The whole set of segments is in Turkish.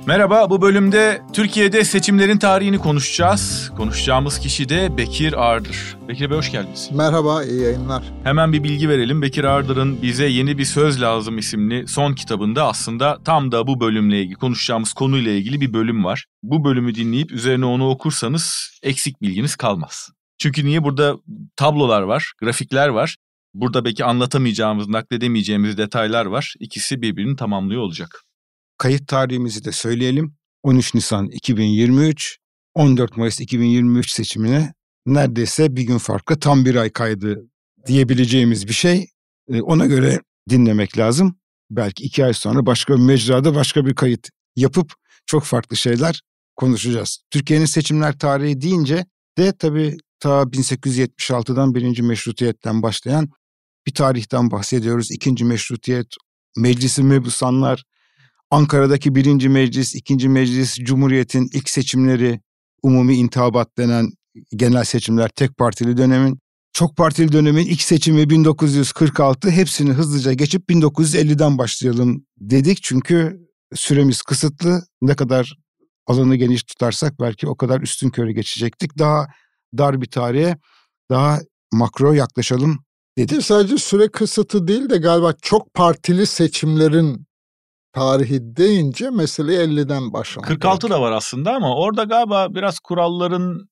Merhaba, bu bölümde Türkiye'de seçimlerin tarihini konuşacağız. Konuşacağımız kişi de Bekir Ağırdır. Bekir Bey hoş geldiniz. Merhaba, iyi yayınlar. Hemen bir bilgi verelim. Bekir Ağırdır'ın Bize Yeni Bir Söz Lazım isimli son kitabında aslında tam da bu bölümle ilgili, konuşacağımız konuyla ilgili bir bölüm var. Bu bölümü dinleyip üzerine onu okursanız eksik bilginiz kalmaz. Çünkü niye? Burada tablolar var, grafikler var. Burada belki anlatamayacağımız, nakledemeyeceğimiz detaylar var. İkisi birbirini tamamlıyor olacak. Kayıt tarihimizi de söyleyelim. 13 Nisan 2023, 14 Mayıs 2023 seçimine neredeyse bir gün farklı tam bir ay kaydı diyebileceğimiz bir şey. Ona göre dinlemek lazım. Belki 2 ay sonra başka bir mecrada başka bir kayıt yapıp çok farklı şeyler konuşacağız. Türkiye'nin seçimler tarihi deyince de tabii ta 1876'dan 1. Meşrutiyetten başlayan bir tarihten bahsediyoruz. 2. Meşrutiyet, Meclis-i Mebusanlar, Ankara'daki 1. Meclis, 2. Meclis, Cumhuriyet'in ilk seçimleri, umumi intihabat denen genel seçimler, tek partili dönemin, çok partili dönemin ilk seçimi 1946, hepsini hızlıca geçip 1950'den başlayalım dedik. Çünkü süremiz kısıtlı, ne kadar alanı geniş tutarsak belki o kadar üstünkörü geçecektik. Daha dar bir tarihe, daha makro yaklaşalım dedik. Sadece süre kısıtı değil de galiba çok partili seçimlerin tarihi deyince mesele 50'den başlamak. 46 da var aslında ama orada galiba biraz kuralların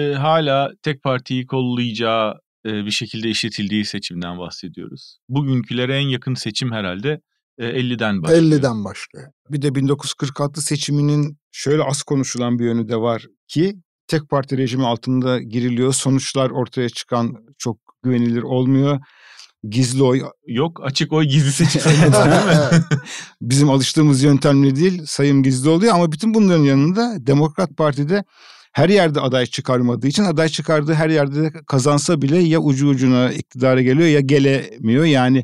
hala tek partiyi kollayacağı bir şekilde işletildiği seçimden bahsediyoruz. Bugünkülere en yakın seçim herhalde 50'den başlıyor. 50'den başlıyor. Bir de 1946 seçiminin şöyle az konuşulan bir yönü de var ki tek parti rejimi altında giriliyor. Sonuçlar ortaya çıkan çok güvenilir olmuyor. Gizli oy yok, açık oy gizli seçim sayılır değil mi? Bizim alıştığımız yöntemle değil, sayım gizli oluyor ama bütün bunların yanında Demokrat Parti'de her yerde aday çıkarmadığı için aday çıkardığı her yerde kazansa bile ya ucu ucuna iktidara geliyor ya gelemiyor. Yani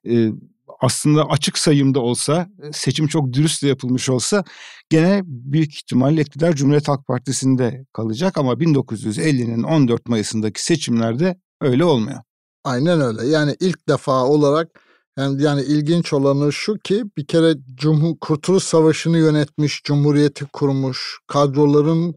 aslında açık sayımda olsa, seçim çok dürüstle yapılmış olsa gene büyük ihtimalle iktidar Cumhuriyet Halk Partisi'nde kalacak ama 1950'nin 14 Mayıs'ındaki seçimlerde öyle olmuyor. Aynen öyle. Yani ilk defa olarak yani ilginç olanı şu ki bir kere Kurtuluş Savaşı'nı yönetmiş, Cumhuriyeti kurmuş kadroların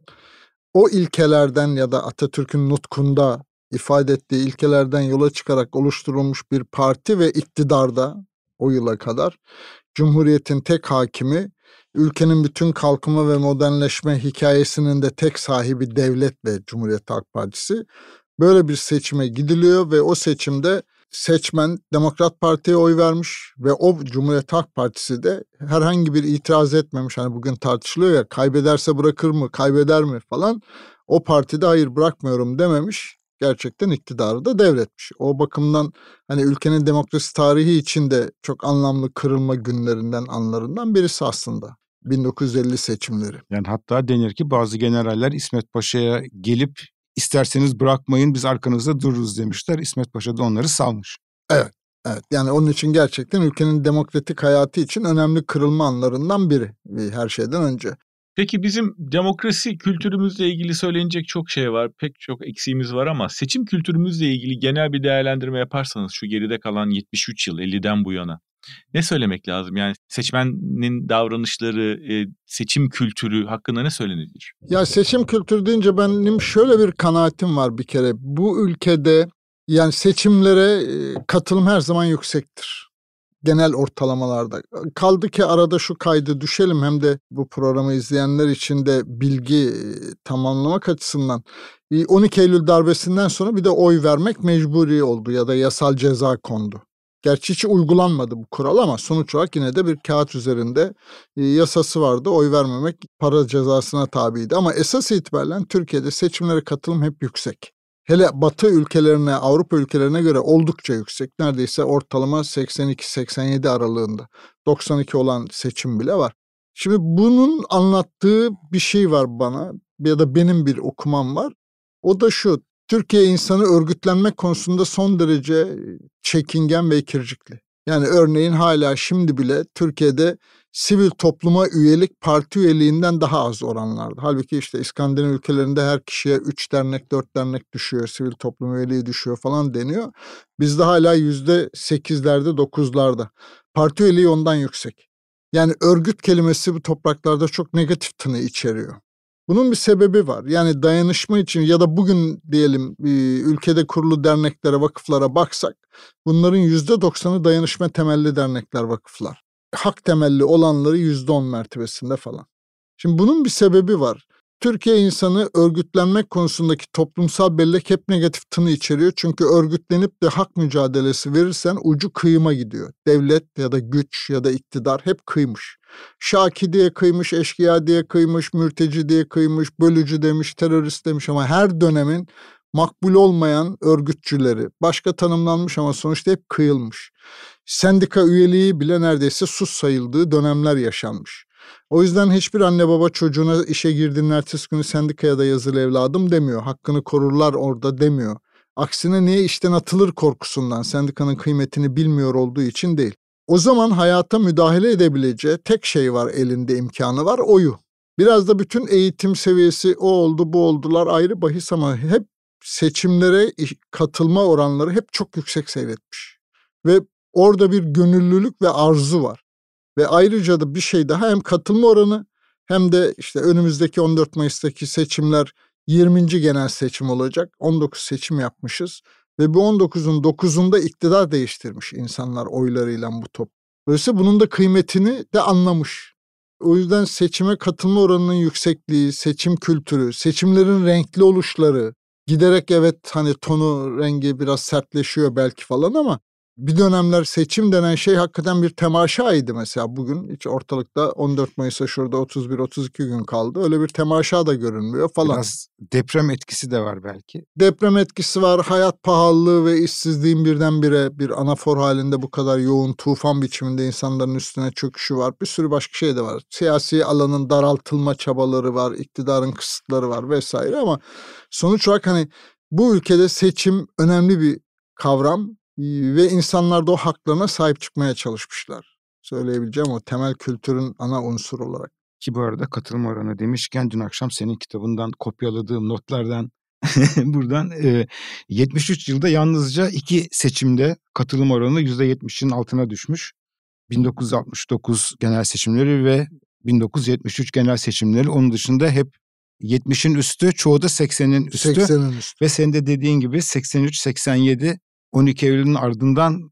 o ilkelerden ya da Atatürk'ün nutkunda ifade ettiği ilkelerden yola çıkarak oluşturulmuş bir parti ve iktidarda o yıla kadar Cumhuriyet'in tek hakimi, ülkenin bütün kalkınma ve modernleşme hikayesinin de tek sahibi devlet ve Cumhuriyet Halk Partisi. Böyle bir seçime gidiliyor ve o seçimde seçmen Demokrat Parti'ye oy vermiş ve o Cumhuriyet Halk Partisi de herhangi bir itiraz etmemiş. Hani bugün tartışılıyor ya, kaybederse bırakır mı, kaybeder mi falan. O partide hayır bırakmıyorum dememiş. Gerçekten iktidarı da devretmiş. O bakımdan hani ülkenin demokrasi tarihi içinde çok anlamlı kırılma günlerinden, anlarından birisi aslında 1950 seçimleri. Yani hatta denir ki bazı generaller İsmet Paşa'ya gelip İsterseniz bırakmayın, biz arkanızda dururuz demişler. İsmet Paşa da onları savmış. Evet. Yani onun için gerçekten ülkenin demokratik hayatı için önemli kırılma anlarından biri her şeyden önce. Peki bizim demokrasi kültürümüzle ilgili söylenecek çok şey var. Pek çok eksiğimiz var ama seçim kültürümüzle ilgili genel bir değerlendirme yaparsanız şu geride kalan 73 yıl 50'den bu yana ne söylemek lazım? Yani seçmenin davranışları, seçim kültürü hakkında ne söylenir? Ya seçim kültürü deyince benim şöyle bir kanaatim var bir kere. Bu ülkede yani seçimlere katılım her zaman yüksektir. Genel ortalamalarda. Kaldı ki arada şu kaydı düşelim, hem de bu programı izleyenler için de bilgi tamamlamak açısından. 12 Eylül darbesinden sonra bir de oy vermek mecburi oldu ya da yasal ceza kondu. Gerçi hiç uygulanmadı bu kural ama sonuç olarak yine de bir kağıt üzerinde yasası vardı. Oy vermemek para cezasına tabiydi. Ama esas itibaren Türkiye'de seçimlere katılım hep yüksek. Hele Batı ülkelerine, Avrupa ülkelerine göre oldukça yüksek. Neredeyse ortalama 82-87 aralığında. 92 olan seçim bile var. Şimdi bunun anlattığı bir şey var bana ya da benim bir okumam var. O da şu: Türkiye insanı örgütlenmek konusunda son derece çekingen ve ikircikli. Yani örneğin hala şimdi bile Türkiye'de sivil topluma üyelik parti üyeliğinden daha az oranlarda. Halbuki işte İskandinav ülkelerinde her kişiye 3 dernek 4 dernek düşüyor, sivil toplum üyeliği düşüyor falan deniyor. Bizde hala %8'lerde 9'larda. Parti üyeliği ondan yüksek. Yani örgüt kelimesi bu topraklarda çok negatif tını içeriyor. Bunun bir sebebi var. Yani dayanışma için ya da bugün diyelim ülkede kurulu derneklere, vakıflara baksak bunların %90'ı dayanışma temelli dernekler, vakıflar. Hak temelli olanları %10 mertebesinde falan. Şimdi bunun bir sebebi var. Türkiye insanı örgütlenmek konusundaki toplumsal bellek hep negatif tını içeriyor. Çünkü örgütlenip de hak mücadelesi verirsen ucu kıyıma gidiyor. Devlet ya da güç ya da iktidar hep kıymış. Şaki diye kıymış, eşkıya diye kıymış, mürteci diye kıymış, bölücü demiş, terörist demiş ama her dönemin makbul olmayan örgütçüleri başka tanımlanmış ama sonuçta hep kıyılmış. Sendika üyeliği bile neredeyse sus sayıldığı dönemler yaşanmış. O yüzden hiçbir anne baba çocuğuna işe girdiğinin ertesi günü sendikaya da yazılı evladım demiyor. Hakkını korurlar orada demiyor. Aksine niye işten atılır korkusundan, sendikanın kıymetini bilmiyor olduğu için değil. O zaman hayata müdahale edebileceği tek şey var, elinde imkanı var, oyu. Biraz da bütün eğitim seviyesi o oldu bu oldular ayrı bahis ama hep seçimlere katılma oranları hep çok yüksek seyretmiş. Ve orada bir gönüllülük ve arzu var. Ve ayrıca da bir şey daha, hem katılma oranı hem de işte önümüzdeki 14 Mayıs'taki seçimler 20. genel seçim olacak. 19 seçim yapmışız ve bu 19'un 9'unda iktidar değiştirmiş insanlar oylarıyla bu top. Dolayısıyla bunun da kıymetini de anlamış. O yüzden seçime katılma oranının yüksekliği, seçim kültürü, seçimlerin renkli oluşları, giderek evet hani tonu rengi biraz sertleşiyor belki falan ama bir dönemler seçim denen şey hakikaten bir temaşaydı mesela. Bugün hiç ortalıkta 14 Mayıs'a şurada 31-32 gün kaldı. Öyle bir temaşa da görünmüyor falan. Biraz deprem etkisi de var belki. Deprem etkisi var, hayat pahalılığı ve işsizliğin birdenbire bir anafor halinde bu kadar yoğun tufan biçiminde insanların üstüne çöküşü var. Bir sürü başka şey de var. Siyasi alanın daraltılma çabaları var, iktidarın kısıtları var vesaire ama sonuç olarak hani bu ülkede seçim önemli bir kavram. Ve insanlar da o haklarına sahip çıkmaya çalışmışlar. Söyleyebileceğim o temel kültürün ana unsuru olarak. Ki bu arada katılım oranı demişken dün akşam senin kitabından kopyaladığım notlardan buradan 73 yılda yalnızca 2 seçimde katılım oranı %70'in altına düşmüş. 1969 genel seçimleri ve 1973 genel seçimleri, onun dışında hep 70'in üstü, çoğu da 80'in üstü. 80'in üstü. Ve senin de dediğin gibi 83-87 12 Eylül'ün ardından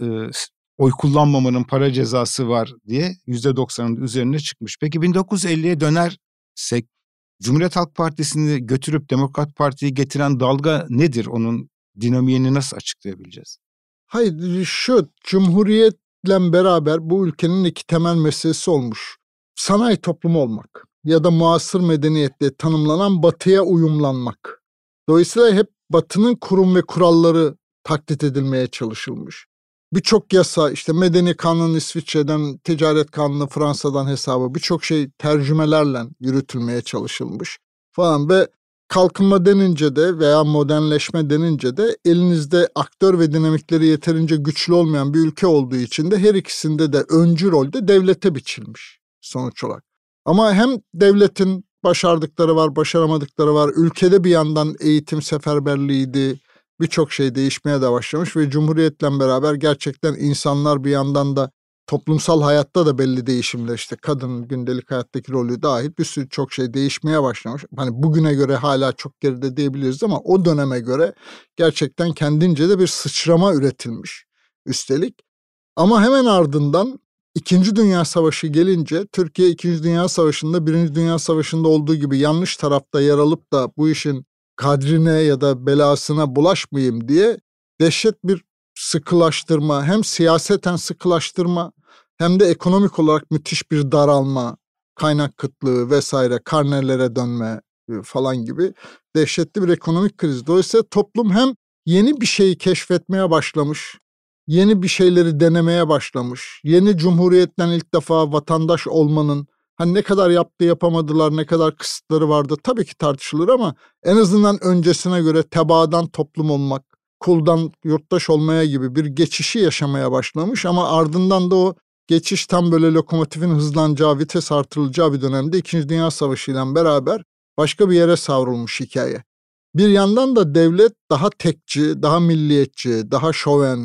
oy kullanmamanın para cezası var diye %90'ın üzerine çıkmış. Peki 1950'ye dönersek Cumhuriyet Halk Partisi'ni götürüp Demokrat Parti'yi getiren dalga nedir? Onun dinamiğini nasıl açıklayabileceğiz? Hayır, şu Cumhuriyet'le beraber bu ülkenin iki temel meselesi olmuş. Sanayi toplumu olmak ya da muasır medeniyetle tanımlanan Batı'ya uyumlanmak. Dolayısıyla hep Batı'nın kurum ve kuralları taklit edilmeye çalışılmış. Birçok yasa, işte Medeni Kanun İsviçre'den, Ticaret Kanunu Fransa'dan hesabı birçok şey tercümelerle yürütülmeye çalışılmış falan ve kalkınma denince de veya modernleşme denince de elinizde aktör ve dinamikleri yeterince güçlü olmayan bir ülke olduğu için de her ikisinde de öncü rolde devlete biçilmiş sonuç olarak. Ama hem devletin başardıkları var, başaramadıkları var. Ülkede bir yandan eğitim seferberliğiydi. Birçok şey değişmeye de başlamış ve Cumhuriyet'le beraber gerçekten insanlar bir yandan da toplumsal hayatta da belli değişimler, işte kadının gündelik hayattaki rolü dahil bir sürü çok şey değişmeye başlamış. Hani bugüne göre hala çok geride diyebiliriz ama o döneme göre gerçekten kendince de bir sıçrama üretilmiş üstelik. Ama hemen ardından İkinci Dünya Savaşı gelince Türkiye 2. Dünya Savaşı'nda 1. Dünya Savaşı'nda olduğu gibi yanlış tarafta yer alıp da bu işin kadrine ya da belasına bulaşmayayım diye dehşet bir sıkılaştırma, hem siyaseten sıkılaştırma hem de ekonomik olarak müthiş bir daralma, kaynak kıtlığı vesaire, karnelere dönme falan gibi dehşetli bir ekonomik kriz. Dolayısıyla toplum hem yeni bir şeyi keşfetmeye başlamış, yeni bir şeyleri denemeye başlamış, yeni Cumhuriyet'ten ilk defa vatandaş olmanın hani ne kadar yaptı yapamadılar, ne kadar kısıtları vardı tabii ki tartışılır ama en azından öncesine göre tebaadan toplum olmak, kuldan yurttaş olmaya gibi bir geçişi yaşamaya başlamış ama ardından da o geçiş tam böyle lokomotifin hızlanacağı, vites artırılacağı bir dönemde 2. Dünya Savaşı ile beraber başka bir yere savrulmuş hikaye. Bir yandan da devlet daha tekçi, daha milliyetçi, daha şoven,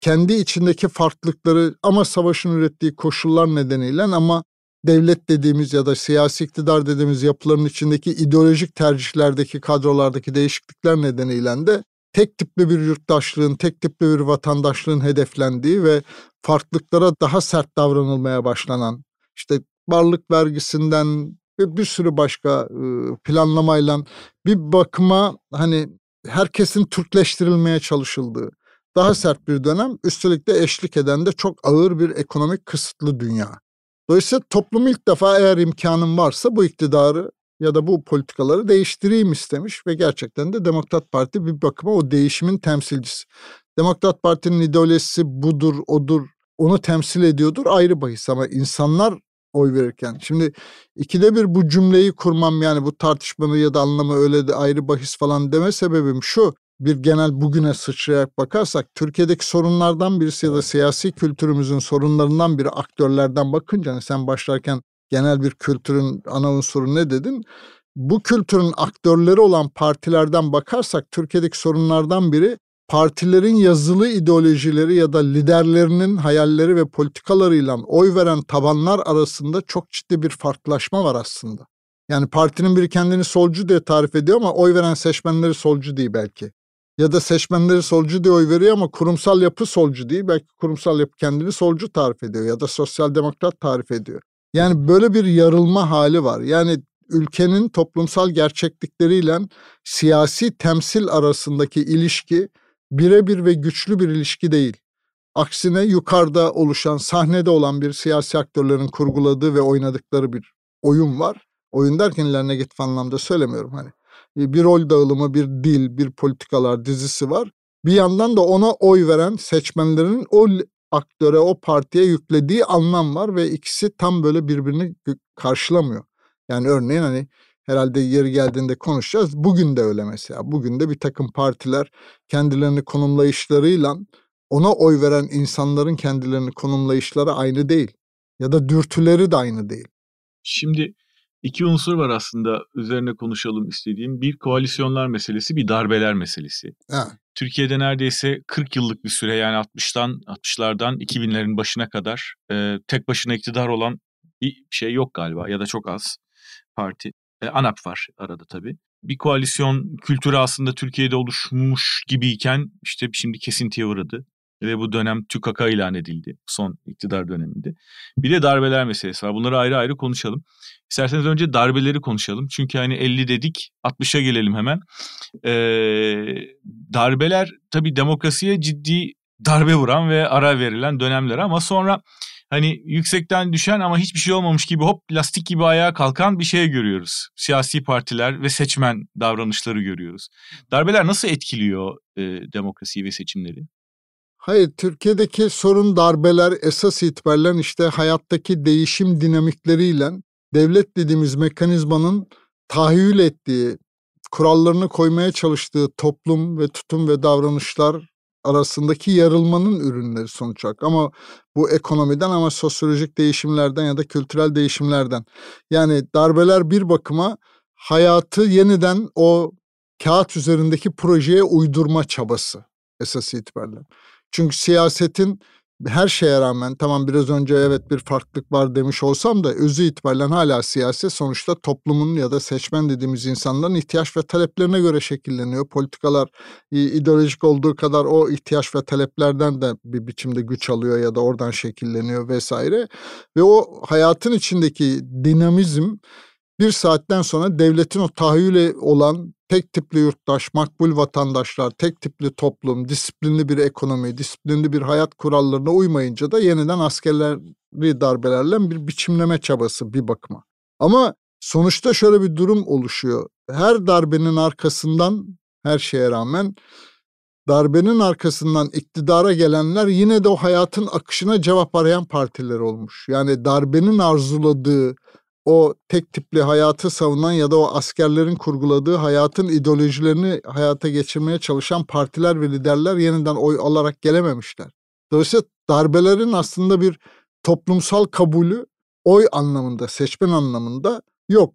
kendi içindeki farklılıkları ama savaşın ürettiği koşullar nedeniyle ama devlet dediğimiz ya da siyasi iktidar dediğimiz yapıların içindeki ideolojik tercihlerdeki kadrolardaki değişiklikler nedeniyle de tek tipli bir yurttaşlığın, tek tipli bir vatandaşlığın hedeflendiği ve farklılıklara daha sert davranılmaya başlanan, işte varlık vergisinden ve bir sürü başka planlamayla bir bakıma hani herkesin Türkleştirilmeye çalışıldığı daha sert bir dönem, üstelik de eşlik eden de çok ağır bir ekonomik kısıtlı dünya. Dolayısıyla toplum ilk defa eğer imkanım varsa bu iktidarı ya da bu politikaları değiştireyim istemiş ve gerçekten de Demokrat Parti bir bakıma o değişimin temsilcisi. Demokrat Parti'nin ideolojisi budur, odur, onu temsil ediyordur ayrı bahis ama insanlar oy verirken. Şimdi ikide bir bu cümleyi kurmam, yani bu tartışmanın ya da anlamı öyle de ayrı bahis falan deme sebebim şu: bir genel bugüne sıçrayarak bakarsak Türkiye'deki sorunlardan birisi ya da siyasi kültürümüzün sorunlarından biri aktörlerden bakınca, hani sen başlarken genel bir kültürün ana unsuru ne dedin? Bu kültürün aktörleri olan partilerden bakarsak Türkiye'deki sorunlardan biri partilerin yazılı ideolojileri ya da liderlerinin hayalleri ve politikalarıyla oy veren tabanlar arasında çok ciddi bir farklılaşma var aslında. Yani partinin biri kendini solcu diye tarif ediyor ama oy veren seçmenleri solcu değil belki. Ya da seçmenleri solcu diye oy veriyor ama kurumsal yapı solcu değil. Belki kurumsal yapı kendini solcu tarif ediyor ya da sosyal demokrat tarif ediyor. Yani böyle bir yarılma hali var. Yani ülkenin toplumsal gerçeklikleriyle siyasi temsil arasındaki ilişki birebir ve güçlü bir ilişki değil. Aksine yukarıda oluşan, sahnede olan bir siyasi aktörlerin kurguladığı ve oynadıkları bir oyun var. Oyun derken illa negatif anlamda söylemiyorum hani. Bir rol dağılımı, bir dil, bir politikalar dizisi var. Bir yandan da ona oy veren seçmenlerin o aktöre, o partiye yüklediği anlam var ve ikisi tam böyle birbirini karşılamıyor. Yani örneğin hani herhalde yeri geldiğinde konuşacağız. Bugün de öyle mesela. Bugün de bir takım partiler kendilerini konumlayışlarıyla ona oy veren insanların kendilerini konumlayışları aynı değil. Ya da dürtüleri de aynı değil. Şimdi iki unsur var aslında üzerine konuşalım istediğim. Bir koalisyonlar meselesi, bir darbeler meselesi. Ha. Türkiye'de neredeyse 40 yıllık bir süre, yani 60'lardan 2000'lerin başına kadar tek başına iktidar olan bir şey yok galiba ya da çok az parti. ANAP var arada tabii. Bir koalisyon kültürü aslında Türkiye'de oluşmuş gibiyken işte şimdi kesintiye uğradı. Ve bu dönem tükaka ilan edildi son iktidar döneminde. Bir de darbeler meselesi var. Bunları ayrı ayrı konuşalım. İsterseniz önce darbeleri konuşalım. Çünkü hani 50 dedik, 60'a gelelim hemen. Darbeler tabii demokrasiye ciddi darbe vuran ve ara verilen dönemler ama sonra hani yüksekten düşen ama hiçbir şey olmamış gibi hop lastik gibi ayağa kalkan bir şey görüyoruz. Siyasi partiler ve seçmen davranışları görüyoruz. Darbeler nasıl etkiliyor demokrasiyi ve seçimleri? Hayır, Türkiye'deki sorun darbeler esas itibaren işte hayattaki değişim dinamikleriyle devlet dediğimiz mekanizmanın tahayyül ettiği, kurallarını koymaya çalıştığı toplum ve tutum ve davranışlar arasındaki yarılmanın ürünleri sonuç olarak. Ama bu ekonomiden ama sosyolojik değişimlerden ya da kültürel değişimlerden. Yani darbeler bir bakıma hayatı yeniden o kağıt üzerindeki projeye uydurma çabası esas itibariyle. Çünkü siyasetin her şeye rağmen, tamam biraz önce evet bir farklılık var demiş olsam da özü itibariyle hala siyaset sonuçta toplumun ya da seçmen dediğimiz insanların ihtiyaç ve taleplerine göre şekilleniyor. Politikalar ideolojik olduğu kadar o ihtiyaç ve taleplerden de bir biçimde güç alıyor ya da oradan şekilleniyor vesaire. Ve o hayatın içindeki dinamizm bir saatten sonra devletin o tahayyülü olan tek tipli yurttaş, makbul vatandaşlar, tek tipli toplum, disiplinli bir ekonomi, disiplinli bir hayat kurallarına uymayınca da yeniden askerleri darbelerle bir biçimleme çabası bir bakıma. Ama sonuçta şöyle bir durum oluşuyor. Her darbenin arkasından, her şeye rağmen darbenin arkasından iktidara gelenler yine de o hayatın akışına cevap arayan partiler olmuş. Yani darbenin arzuladığı o tek tipli hayatı savunan ya da o askerlerin kurguladığı hayatın ideolojilerini hayata geçirmeye çalışan partiler ve liderler yeniden oy alarak gelememişler. Dolayısıyla darbelerin aslında bir toplumsal kabulü oy anlamında, seçmen anlamında yok.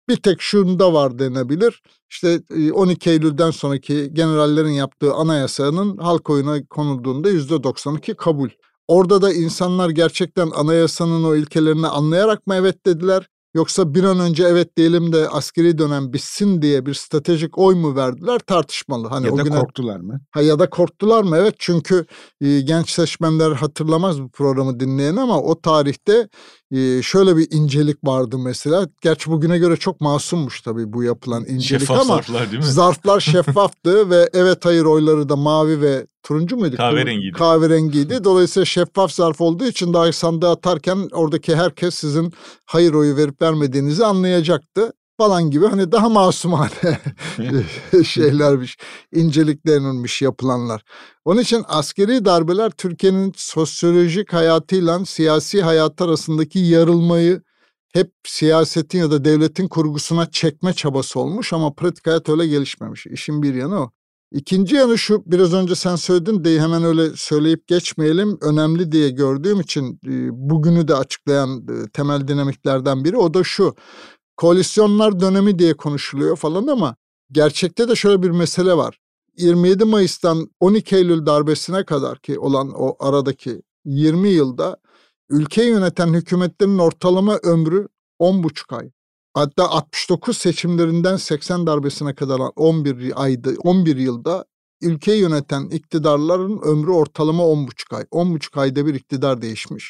Bir tek şunda var denebilir. İşte 12 Eylül'den sonraki generallerin yaptığı anayasanın halk oyuna konulduğunda %92 kabul. Orada da insanlar gerçekten anayasanın o ilkelerini anlayarak mı evet dediler? Yoksa bir an önce evet diyelim de askeri dönem bitsin diye bir stratejik oy mu verdiler, tartışmalı. Hani ya o da güne... korktular mı? Ya da korktular mı? Evet, çünkü genç seçmenler hatırlamaz bu programı dinleyen ama o tarihte şöyle bir incelik vardı mesela. Gerçi bugüne göre çok masummuş tabii bu yapılan incelik Şeffaf ama zarflar değil mi? zarflar şeffaftı ve evet hayır oyları da mavi ve turuncu muydu? Kahverengiydi. Kahverengiydi. Dolayısıyla şeffaf zarf olduğu için daha sandığa atarken oradaki herkes sizin hayır oyu verip vermediğinizi anlayacaktı falan gibi, hani daha masumane şeylermiş, inceliklenilmiş yapılanlar. Onun için askeri darbeler Türkiye'nin sosyolojik hayatıyla siyasi hayat arasındaki yarılmayı hep siyasetin ya da devletin kurgusuna çekme çabası olmuş ama pratik hayat öyle gelişmemiş. İşin bir yanı o. İkinci yanı şu, biraz önce sen söyledin de hemen öyle söyleyip geçmeyelim. Önemli diye gördüğüm için bugünü de açıklayan temel dinamiklerden biri o da şu. Koalisyonlar dönemi diye konuşuluyor falan ama gerçekte de şöyle bir mesele var. 27 Mayıs'tan 12 Eylül darbesine kadar ki olan o aradaki 20 yılda ülkeyi yöneten hükümetlerin ortalama ömrü 10,5 ay. Hatta 69 seçimlerinden 80 darbesine kadar 11 yılda ülkeyi yöneten iktidarların ömrü ortalama 10,5 ay. 10,5 ayda bir iktidar değişmiş.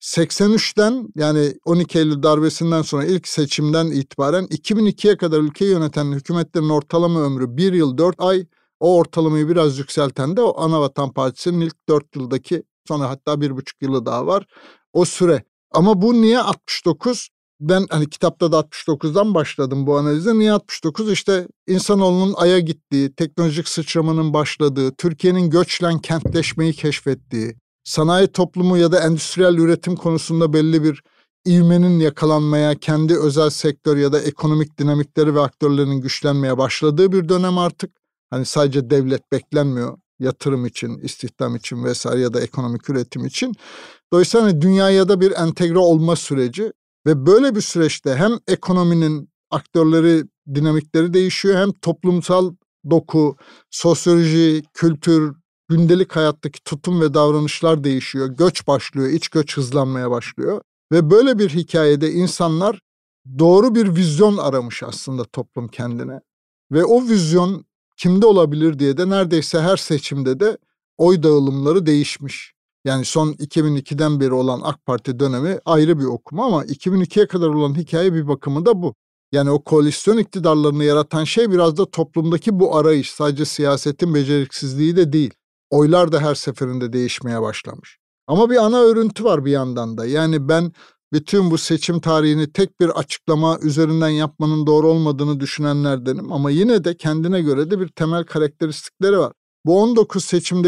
83'ten yani 12 Eylül darbesinden sonra ilk seçimden itibaren 2002'ye kadar ülkeyi yöneten hükümetlerin ortalama ömrü 1 yıl 4 ay. O ortalamayı biraz yükselten de o Anavatan Partisi'nin ilk 4 yıldaki, sonra hatta 1,5 yılı daha var o süre. Ama bu niye 69? Ben hani kitapta da 69'dan başladım bu analize. Niye 69? İşte insanoğlunun Ay'a gittiği, teknolojik sıçramanın başladığı, Türkiye'nin göçlen kentleşmeyi keşfettiği, sanayi toplumu ya da endüstriyel üretim konusunda belli bir ivmenin yakalanmaya, kendi özel sektör ya da ekonomik dinamikleri ve aktörlerin güçlenmeye başladığı bir dönem artık. Hani sadece devlet beklenmiyor yatırım için, istihdam için vesaire ya da ekonomik üretim için. Dolayısıyla hani dünyaya da bir entegre olma süreci ve böyle bir süreçte hem ekonominin aktörleri, dinamikleri değişiyor, hem toplumsal doku, sosyoloji, kültür, gündelik hayattaki tutum ve davranışlar değişiyor. Göç başlıyor, iç göç hızlanmaya başlıyor. Ve böyle bir hikayede insanlar doğru bir vizyon aramış aslında toplum kendine. Ve o vizyon kimde olabilir diye de neredeyse her seçimde de oy dağılımları değişmiş. Yani son 2002'den beri olan AK Parti dönemi ayrı bir okuma ama 2002'ye kadar olan hikaye bir bakımı da bu. Yani o koalisyon iktidarlarını yaratan şey biraz da toplumdaki bu arayış, sadece siyasetin beceriksizliği de değil. Oylar da her seferinde değişmeye başlamış. Ama bir ana örüntü var bir yandan da. Yani ben bütün bu seçim tarihini tek bir açıklama üzerinden yapmanın doğru olmadığını düşünenlerdenim. Ama yine de kendine göre de bir temel karakteristikleri var. Bu 19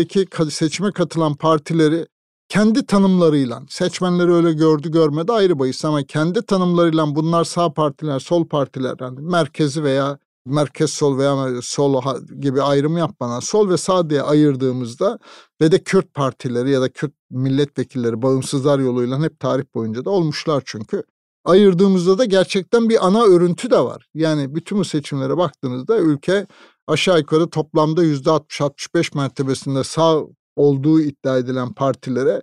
seçime katılan partileri kendi tanımlarıyla, seçmenleri öyle gördü görmedi ayrı bahis ama kendi tanımlarıyla bunlar sağ partiler, sol partiler, yani merkezi veya merkez sol veya sol gibi ayrım yapmadan sol ve sağ diye ayırdığımızda ve de Kürt partileri ya da Kürt milletvekilleri bağımsızlar yoluyla hep tarih boyunca da olmuşlar çünkü. Ayırdığımızda da gerçekten bir ana örüntü de var. Yani bütün bu seçimlere baktığınızda ülke aşağı yukarı toplamda %60-65 mertebesinde sağ olduğu iddia edilen partilere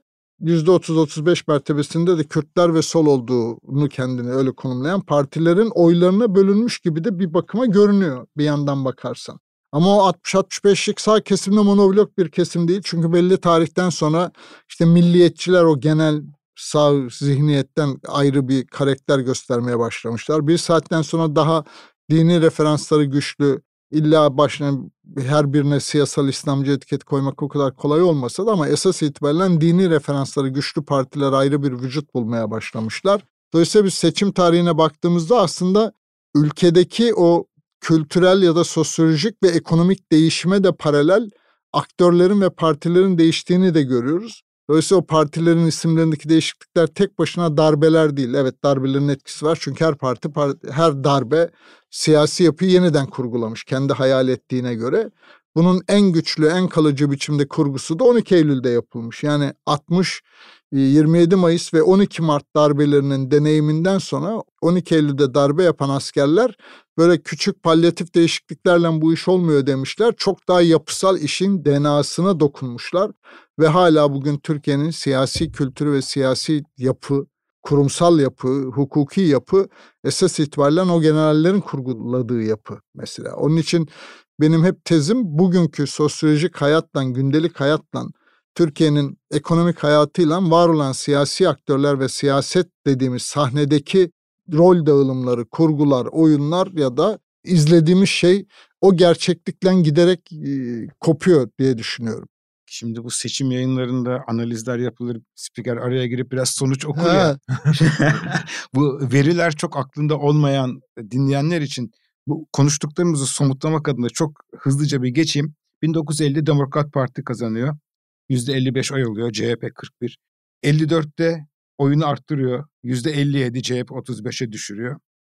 %30-35 mertebesinde de Kürtler ve sol olduğunu kendini öyle konumlayan partilerin oylarına bölünmüş gibi de bir bakıma görünüyor bir yandan bakarsan. Ama o 60-65'lik sağ kesimde monoblok bir kesim değil. Çünkü belli tarihten sonra işte milliyetçiler o genel sağ zihniyetten ayrı bir karakter göstermeye başlamışlar. Bir saatten sonra daha dini referansları güçlü, illa başına her birine siyasal İslamcı etiket koymak o kadar kolay olmasa da ama esas itibariyle dini referansları güçlü partiler ayrı bir vücut bulmaya başlamışlar. Dolayısıyla biz seçim tarihine baktığımızda aslında ülkedeki o kültürel ya da sosyolojik ve ekonomik değişime de paralel aktörlerin ve partilerin değiştiğini de görüyoruz. Dolayısıyla o partilerin isimlerindeki değişiklikler tek başına darbeler değil. Evet, darbelerin etkisi var çünkü her darbe siyasi yapıyı yeniden kurgulamış kendi hayal ettiğine göre. Bunun en güçlü, en kalıcı biçimde kurgusu da 12 Eylül'de yapılmış. Yani 60 27 Mayıs ve 12 Mart darbelerinin deneyiminden sonra 12 Eylül'de darbe yapan askerler böyle küçük palyatif değişikliklerle bu iş olmuyor demişler. Çok daha yapısal işin DNA'sına dokunmuşlar ve hala bugün Türkiye'nin siyasi kültürü ve siyasi yapı, kurumsal yapı, hukuki yapı esas itibariyle o generallerin kurguladığı yapı mesela. Onun için benim hep tezim bugünkü sosyolojik hayatla, gündelik hayatla, Türkiye'nin ekonomik hayatıyla var olan siyasi aktörler ve siyaset dediğimiz sahnedeki rol dağılımları, kurgular, oyunlar ya da izlediğimiz şey o gerçeklikten giderek kopuyor diye düşünüyorum. Şimdi bu seçim yayınlarında analizler yapılır, spiker araya girip biraz sonuç okur ya. Bu veriler çok aklında olmayan dinleyenler için bu konuştuklarımızı somutlamak adına çok hızlıca bir geçeyim. 1950 Demokrat Parti kazanıyor. %55 oy alıyor, CHP 41. 54'te oyunu arttırıyor. %57, CHP 35'e düşürüyor.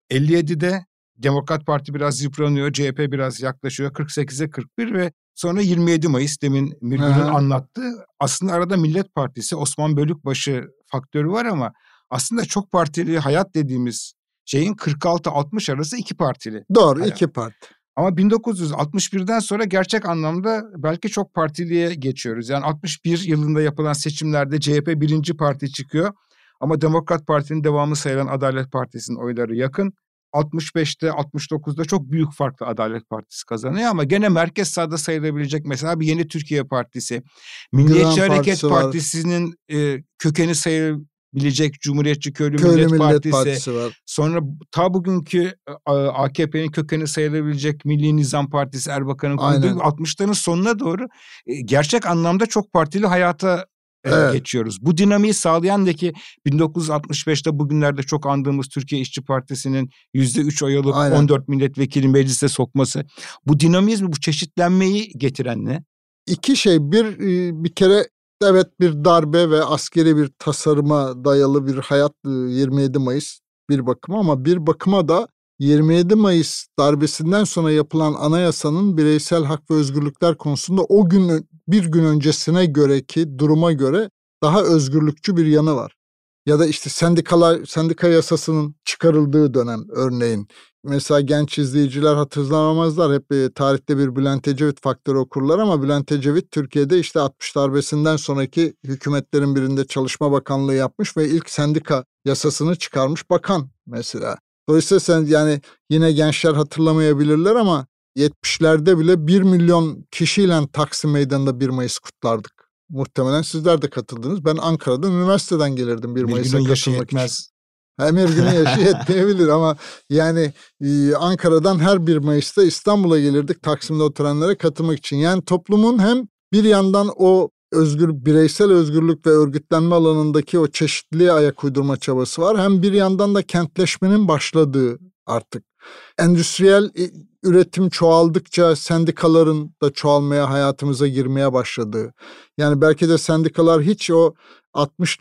57'de Demokrat Parti biraz yıpranıyor, CHP biraz yaklaşıyor. 48'e 41 ve sonra 27 Mayıs demin Mirgül'ün anlattığı. Aslında arada Millet Partisi, Osman Bölükbaşı faktörü var ama aslında çok partili hayat dediğimiz şeyin 46-60 arası iki partili. Doğru, hayat. iki parti. Ama 1961'den sonra gerçek anlamda belki çok partiliye geçiyoruz. Yani 61 yılında yapılan seçimlerde CHP birinci parti çıkıyor. Ama Demokrat Parti'nin devamı sayılan Adalet Partisi'nin oyları yakın. 65'te 69'da çok büyük farklı Adalet Partisi kazanıyor ama gene merkez sağda sayılabilecek mesela bir Yeni Türkiye Partisi, Milliyetçi Hareket Partisi'nin kökeni sayılabilecek Cumhuriyetçi Köylü Millet Partisi var. Sonra ta bugünkü AKP'nin kökeni sayılabilecek Milli Nizam Partisi, Erbakan'ın kurduğu 60'ların sonuna doğru gerçek anlamda çok partili hayata geçiyoruz. Bu dinamiği sağlayan da ki 1965'te bugünlerde çok andığımız Türkiye İşçi Partisi'nin %3 oy alıp 14 milletvekili meclise sokması. Bu dinamizmi, bu çeşitlenmeyi getiren ne? İki şey. Bir kere evet bir darbe ve askeri bir tasarıma dayalı bir hayat 27 Mayıs bir bakıma ama bir bakıma da 27 Mayıs darbesinden sonra yapılan anayasanın bireysel hak ve özgürlükler konusunda o gün bir gün öncesine göreki duruma göre daha özgürlükçü bir yanı var. Ya da işte sendika yasasının çıkarıldığı dönem örneğin. Mesela genç izleyiciler hatırlamazlar, hep tarihte bir Bülent Ecevit faktörü okurlar ama Bülent Ecevit Türkiye'de işte 60 darbesinden sonraki hükümetlerin birinde Çalışma Bakanlığı yapmış ve ilk sendika yasasını çıkarmış bakan mesela. Dolayısıyla yani yine gençler hatırlamayabilirler ama 70'lerde bile 1 milyon kişiyle Taksim Meydanı'nda 1 Mayıs kutlardık. Muhtemelen sizler de katıldınız. Ben Ankara'dan, üniversiteden gelirdim 1 Mayıs'a katılmak için. Mirgün'ün yaşı yetmeyebilir ama yani Ankara'dan her 1 Mayıs'ta İstanbul'a gelirdik Taksim'de oturanlara katılmak için. Yani toplumun hem bir yandan o bireysel özgürlük ve örgütlenme alanındaki o çeşitliliğe ayak uydurma çabası var. Hem bir yandan da kentleşmenin başladığı artık. Endüstriyel üretim çoğaldıkça sendikaların da çoğalmaya, hayatımıza girmeye başladığı. Yani belki de sendikalar hiç o 60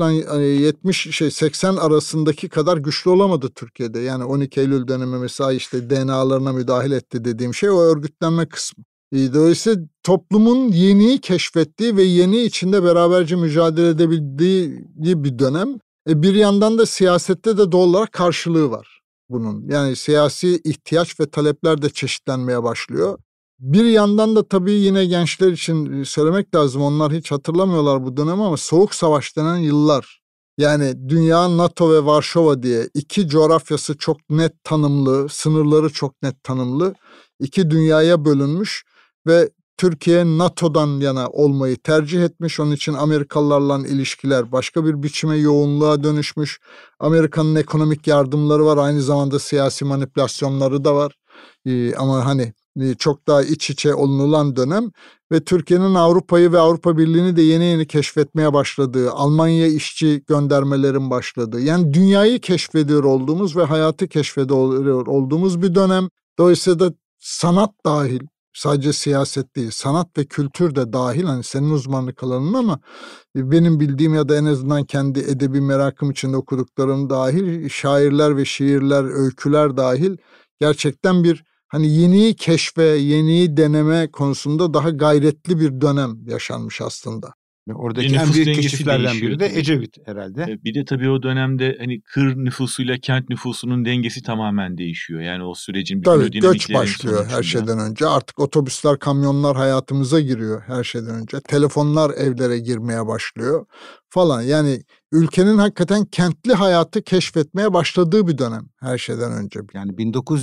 ile 80 arasındaki kadar güçlü olamadı Türkiye'de. Yani 12 Eylül dönemi mesela işte DNA'larına müdahale etti dediğim şey o örgütlenme kısmı. Dolayısıyla toplumun yeniyi keşfettiği ve yeni içinde beraberce mücadele edebildiği bir dönem. Bir yandan da siyasette de doğal olarak karşılığı var bunun. Yani siyasi ihtiyaç ve talepler de çeşitlenmeye başlıyor. Bir yandan da tabii yine gençler için söylemek lazım. Onlar hiç hatırlamıyorlar bu dönemi ama Soğuk Savaş denen yıllar. Yani dünya, NATO ve Varşova diye iki coğrafyası çok net tanımlı, sınırları çok net tanımlı. İki dünyaya bölünmüş ve Türkiye NATO'dan yana olmayı tercih etmiş. Onun için Amerikalılarla ilişkiler başka bir biçime, yoğunluğa dönüşmüş. Amerika'nın ekonomik yardımları var. Aynı zamanda siyasi manipülasyonları da var. Ama hani çok daha iç içe olunulan dönem ve Türkiye'nin Avrupa'yı ve Avrupa Birliği'ni de yeni yeni keşfetmeye başladığı, Almanya'ya işçi göndermelerin başladığı, yani dünyayı keşfediyor olduğumuz ve hayatı keşfediyor olduğumuz bir dönem. Dolayısıyla da sanat dahil, sadece siyaset değil, sanat ve kültür de dahil, hani senin uzmanlık alanın ama benim bildiğim ya da en azından kendi edebi merakım içinde okuduklarım dahil, şairler ve şiirler, öyküler dahil gerçekten bir hani yeniyi keşfe, yeniyi deneme konusunda daha gayretli bir dönem yaşanmış aslında. Ve oradaki Bir en nüfus büyük dengesi keşiflerden değişiyor biri de tabii. Ecevit herhalde. Bir de tabii o dönemde hani kır nüfusuyla kent nüfusunun dengesi tamamen değişiyor. Yani o sürecin bütün o Tabii göç dinamiklerin başlıyor her sonucunda. şeyden önce. Artık otobüsler, kamyonlar hayatımıza giriyor her şeyden önce. Telefonlar evlere girmeye başlıyor falan. Yani ülkenin hakikaten kentli hayatı keşfetmeye başladığı bir dönem her şeyden önce. Yani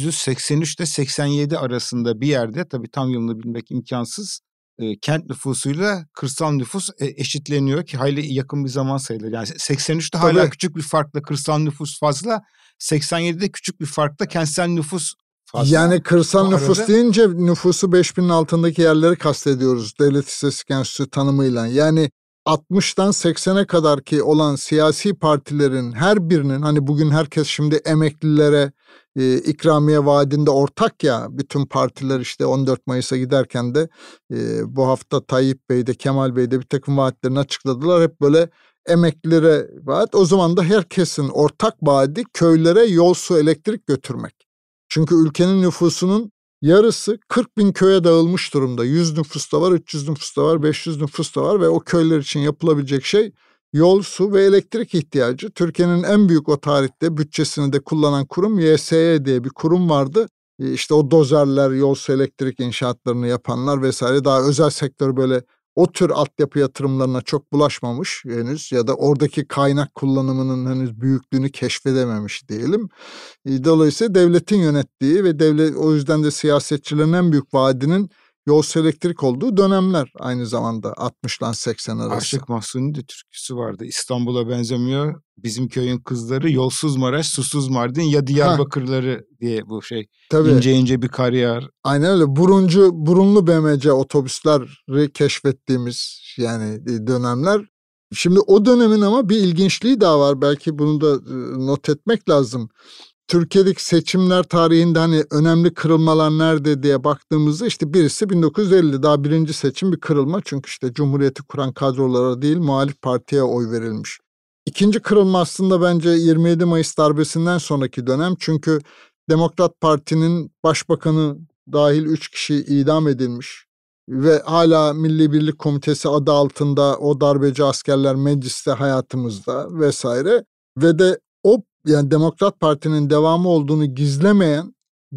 1983 ile 87 arasında bir yerde, tabii tam yılını bilmek imkansız, kent nüfusuyla kırsal nüfus eşitleniyor ki hayli yakın bir zaman sayılır. Yani 83'te hala Tabii. küçük bir farkla kırsal nüfus fazla, 87'de küçük bir farkla kentsel nüfus fazla. Yani kırsal Bu nüfus arada- deyince nüfusu 5000'in altındaki yerleri kastediyoruz Devlet İstatistik Enstitüsü tanımıyla. Yani 60'tan 80'e kadar ki olan siyasi partilerin her birinin, hani bugün herkes şimdi emeklilere ikramiye vaadinde ortak ya, bütün partiler işte 14 Mayıs'a giderken de bu hafta Tayyip Bey de Kemal Bey de bir takım vaatlerini açıkladılar. Hep böyle emeklilere vaat. O zaman da herkesin ortak vaadi köylere yol, su, elektrik götürmek. Çünkü ülkenin nüfusunun yarısı 40 bin köye dağılmış durumda. 100 nüfus da var, 300 nüfus da var, 500 nüfus da var ve o köyler için yapılabilecek şey yol, su ve elektrik ihtiyacı. Türkiye'nin en büyük o tarihte bütçesini de kullanan kurum YSE diye bir kurum vardı. İşte o dozerler, yol, su, elektrik inşaatlarını yapanlar vesaire, daha özel sektör böyle o tür altyapı yatırımlarına çok bulaşmamış henüz ya da oradaki kaynak kullanımının henüz büyüklüğünü keşfedememiş diyelim. Dolayısıyla devletin yönettiği ve devlet, o yüzden de siyasetçilerin en büyük vaadinin yol, su, elektrik olduğu dönemler aynı zamanda 60'dan 80 arası. Aşık Mahzun'un de türküsü vardı. İstanbul'a benzemiyor bizim köyün kızları, yolsuz Maraş, susuz Mardin ya Diyarbakırları diye bu şey. Tabii. İnce ince bir kar yağar. Aynen öyle. Burunlu BMC otobüsleri keşfettiğimiz yani dönemler. Şimdi o dönemin ama bir ilginçliği daha var. Belki bunu da not etmek lazım. Türkiye'deki seçimler tarihinde hani önemli kırılmalar nerede diye baktığımızda işte birisi 1950, daha birinci seçim bir kırılma. Çünkü işte Cumhuriyeti kuran kadrolara değil muhalif partiye oy verilmiş. İkinci kırılma aslında bence 27 Mayıs darbesinden sonraki dönem. Çünkü Demokrat Parti'nin başbakanı dahil 3 kişi idam edilmiş. Ve hala Milli Birlik Komitesi adı altında o darbeci askerler mecliste, hayatımızda vesaire. Ve de o, yani Demokrat Parti'nin devamı olduğunu gizlemeyen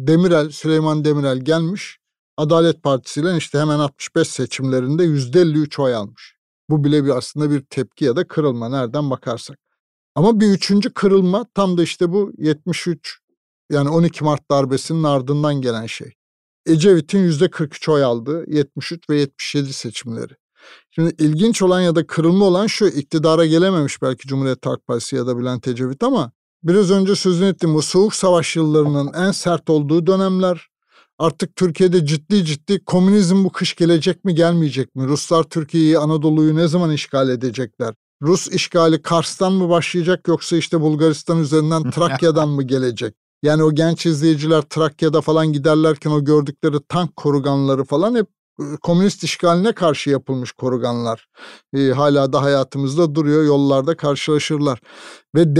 Süleyman Demirel gelmiş. Adalet Partisi ile işte hemen 65 seçimlerinde %53 oy almış. Bu bile aslında bir tepki ya da kırılma nereden bakarsak. Ama bir üçüncü kırılma tam da işte bu 73, yani 12 Mart darbesinin ardından gelen şey. Ecevit'in %43 oy aldığı 73 ve 77 seçimleri. Şimdi ilginç olan ya da kırılma olan şu: iktidara gelememiş belki Cumhuriyet Halk Partisi ya da Bülent Ecevit ama biraz önce sözünü ettiğim bu Soğuk Savaş yıllarının en sert olduğu dönemler. Artık Türkiye'de ciddi komünizm bu kış gelecek mi gelmeyecek mi? Ruslar Türkiye'yi, Anadolu'yu ne zaman işgal edecekler? Rus işgali Kars'tan mı başlayacak yoksa işte Bulgaristan üzerinden Trakya'dan mı gelecek? Yani o genç izleyiciler Trakya'da falan giderlerken o gördükleri tank koruganları falan hep komünist işgaline karşı yapılmış koruganlar. Hala da hayatımızda duruyor, yollarda karşılaşırlar. Ve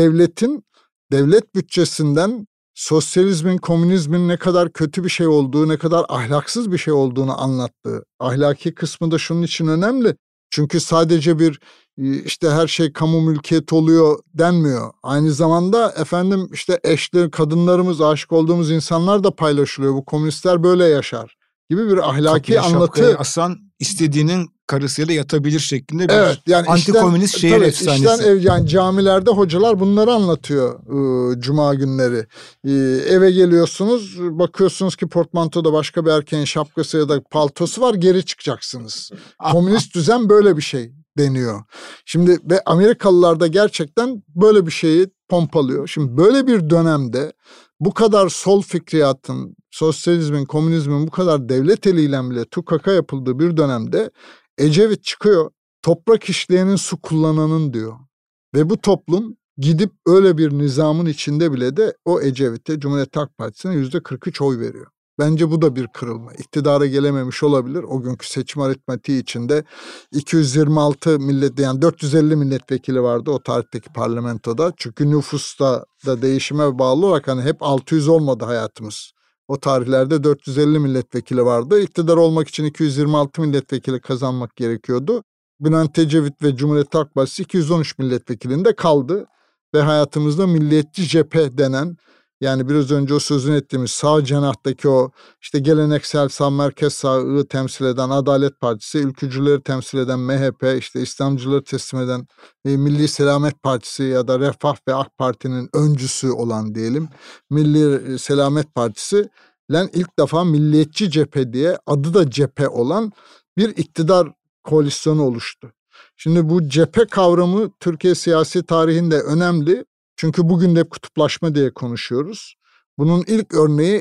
devlet bütçesinden sosyalizmin, komünizmin ne kadar kötü bir şey olduğu, ne kadar ahlaksız bir şey olduğunu anlattığı. Ahlaki kısmı da şunun için önemli. Çünkü sadece bir işte her şey kamu mülkiyeti oluyor denmiyor. Aynı zamanda efendim işte eşler, kadınlarımız, aşık olduğumuz insanlar da paylaşılıyor. Bu komünistler böyle yaşar gibi bir ahlaki anlatı. Asan istediğinin karısıyla yatabilir şeklinde bir Evet, yani antikomünist şehir efsanesi. Yani camilerde hocalar bunları anlatıyor cuma günleri. Eve geliyorsunuz, bakıyorsunuz ki portmantoda başka bir erkeğin şapkası ya da paltosu var, geri çıkacaksınız. Komünist düzen böyle bir şey deniyor. Şimdi ve Amerikalılar da gerçekten böyle bir şeyi pompalıyor. Şimdi böyle bir dönemde bu kadar sol fikriyatın, sosyalizmin, komünizmin bu kadar devlet eliyle bile tukaka yapıldığı bir dönemde Ecevit çıkıyor, toprak işleyenin su kullananın diyor. Ve bu toplum gidip öyle bir nizamın içinde bile de o Ecevit'e, Cumhuriyet Halk Partisi'ne %43 oy veriyor. Bence bu da bir kırılma. İktidara gelememiş olabilir. O günkü seçim aritmatiği içinde 226 yani 450 milletvekili vardı o tarihteki parlamentoda. Çünkü nüfusta da değişime bağlı olarak hani hep 600 olmadı hayatımız. O tarihlerde 450 milletvekili vardı. İktidar olmak için 226 milletvekili kazanmak gerekiyordu. Bülent Ecevit ve Cumhuriyet Halk Partisi 213 milletvekilinde kaldı. Ve hayatımızda milliyetçi cephe denen, yani biraz önce o sözünü ettiğimiz sağ cenahtaki o işte geleneksel sağ, merkez sağı temsil eden Adalet Partisi, ülkücüleri temsil eden MHP, işte İslamcıları teslim eden Milli Selamet Partisi ya da Refah ve AK Parti'nin öncüsü olan diyelim Milli Selamet Partisi ile ilk defa milliyetçi cephe diye adı da cephe olan bir iktidar koalisyonu oluştu. Şimdi bu cephe kavramı Türkiye siyasi tarihinde önemli. Çünkü bugün de hep kutuplaşma diye konuşuyoruz. Bunun ilk örneği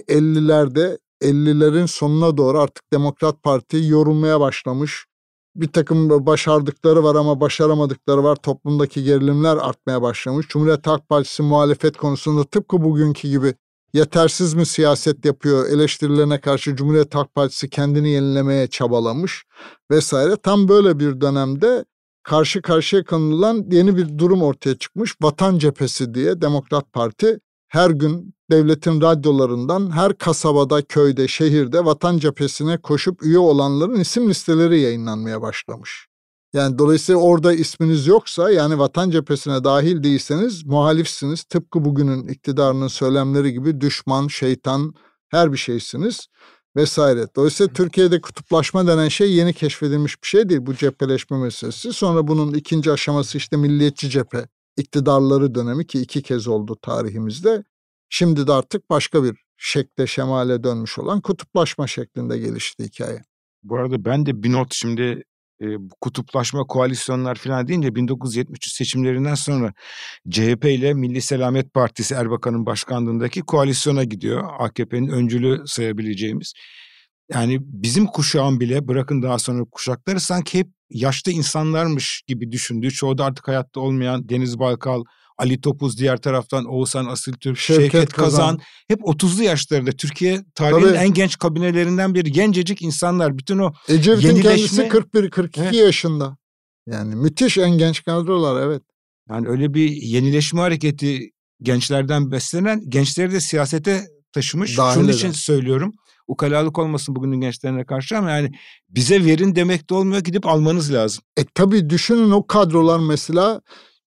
50'lerin sonuna doğru artık Demokrat Parti yorulmaya başlamış. Bir takım başardıkları var ama başaramadıkları var. Toplumdaki gerilimler artmaya başlamış. Cumhuriyet Halk Partisi muhalefet konusunda tıpkı bugünkü gibi yetersiz mi siyaset yapıyor eleştirilerine karşı Cumhuriyet Halk Partisi kendini yenilemeye çabalamış vesaire. Tam böyle bir dönemde karşı karşıya kalınan yeni bir durum ortaya çıkmış. Vatan Cephesi diye Demokrat Parti her gün devletin radyolarından her kasabada, köyde, şehirde Vatan Cephesi'ne koşup üye olanların isim listeleri yayınlanmaya başlamış. Yani dolayısıyla orada isminiz yoksa, yani Vatan Cephesi'ne dahil değilseniz muhalifsiniz. Tıpkı bugünün iktidarının söylemleri gibi düşman, şeytan, her bir şeysiniz vesaire. Dolayısıyla Türkiye'de kutuplaşma denen şey yeni keşfedilmiş bir şey değil, bu cepheleşme meselesi. Sonra bunun ikinci aşaması işte milliyetçi cephe iktidarları dönemi, ki 2 kez oldu tarihimizde. Şimdi de artık başka bir şekle, şemale dönmüş olan kutuplaşma şeklinde gelişti hikaye. Bu arada ben de bir not şimdi bu kutuplaşma, koalisyonlar falan deyince 1973 seçimlerinden sonra CHP ile Milli Selamet Partisi Erbakan'ın başkanlığındaki koalisyona gidiyor. AKP'nin öncülü sayabileceğimiz. Yani bizim kuşağın bile, bırakın daha sonra kuşakları, sanki hep yaşlı insanlarmış gibi düşündüğü, çoğu da artık hayatta olmayan Deniz Baykal, Ali Topuz, diğer taraftan Oğuzhan Asıltürk, Şevket Kazan, hep 30'lu yaşlarında Türkiye tarihinin en genç kabinelerinden biri, gencecik insanlar. Bütün o Ecevit'in yenileşme, kendisi 41-42 yaşında. Yani müthiş en genç kadrolar, evet. Yani öyle bir yenileşme hareketi gençlerden beslenen, gençleri de siyasete taşımış. Şunun için söylüyorum. Ukalalık olmasın bugünün gençlerine karşı ama yani bize verin demek de olmuyor, gidip almanız lazım. Tabii düşünün o kadrolar mesela,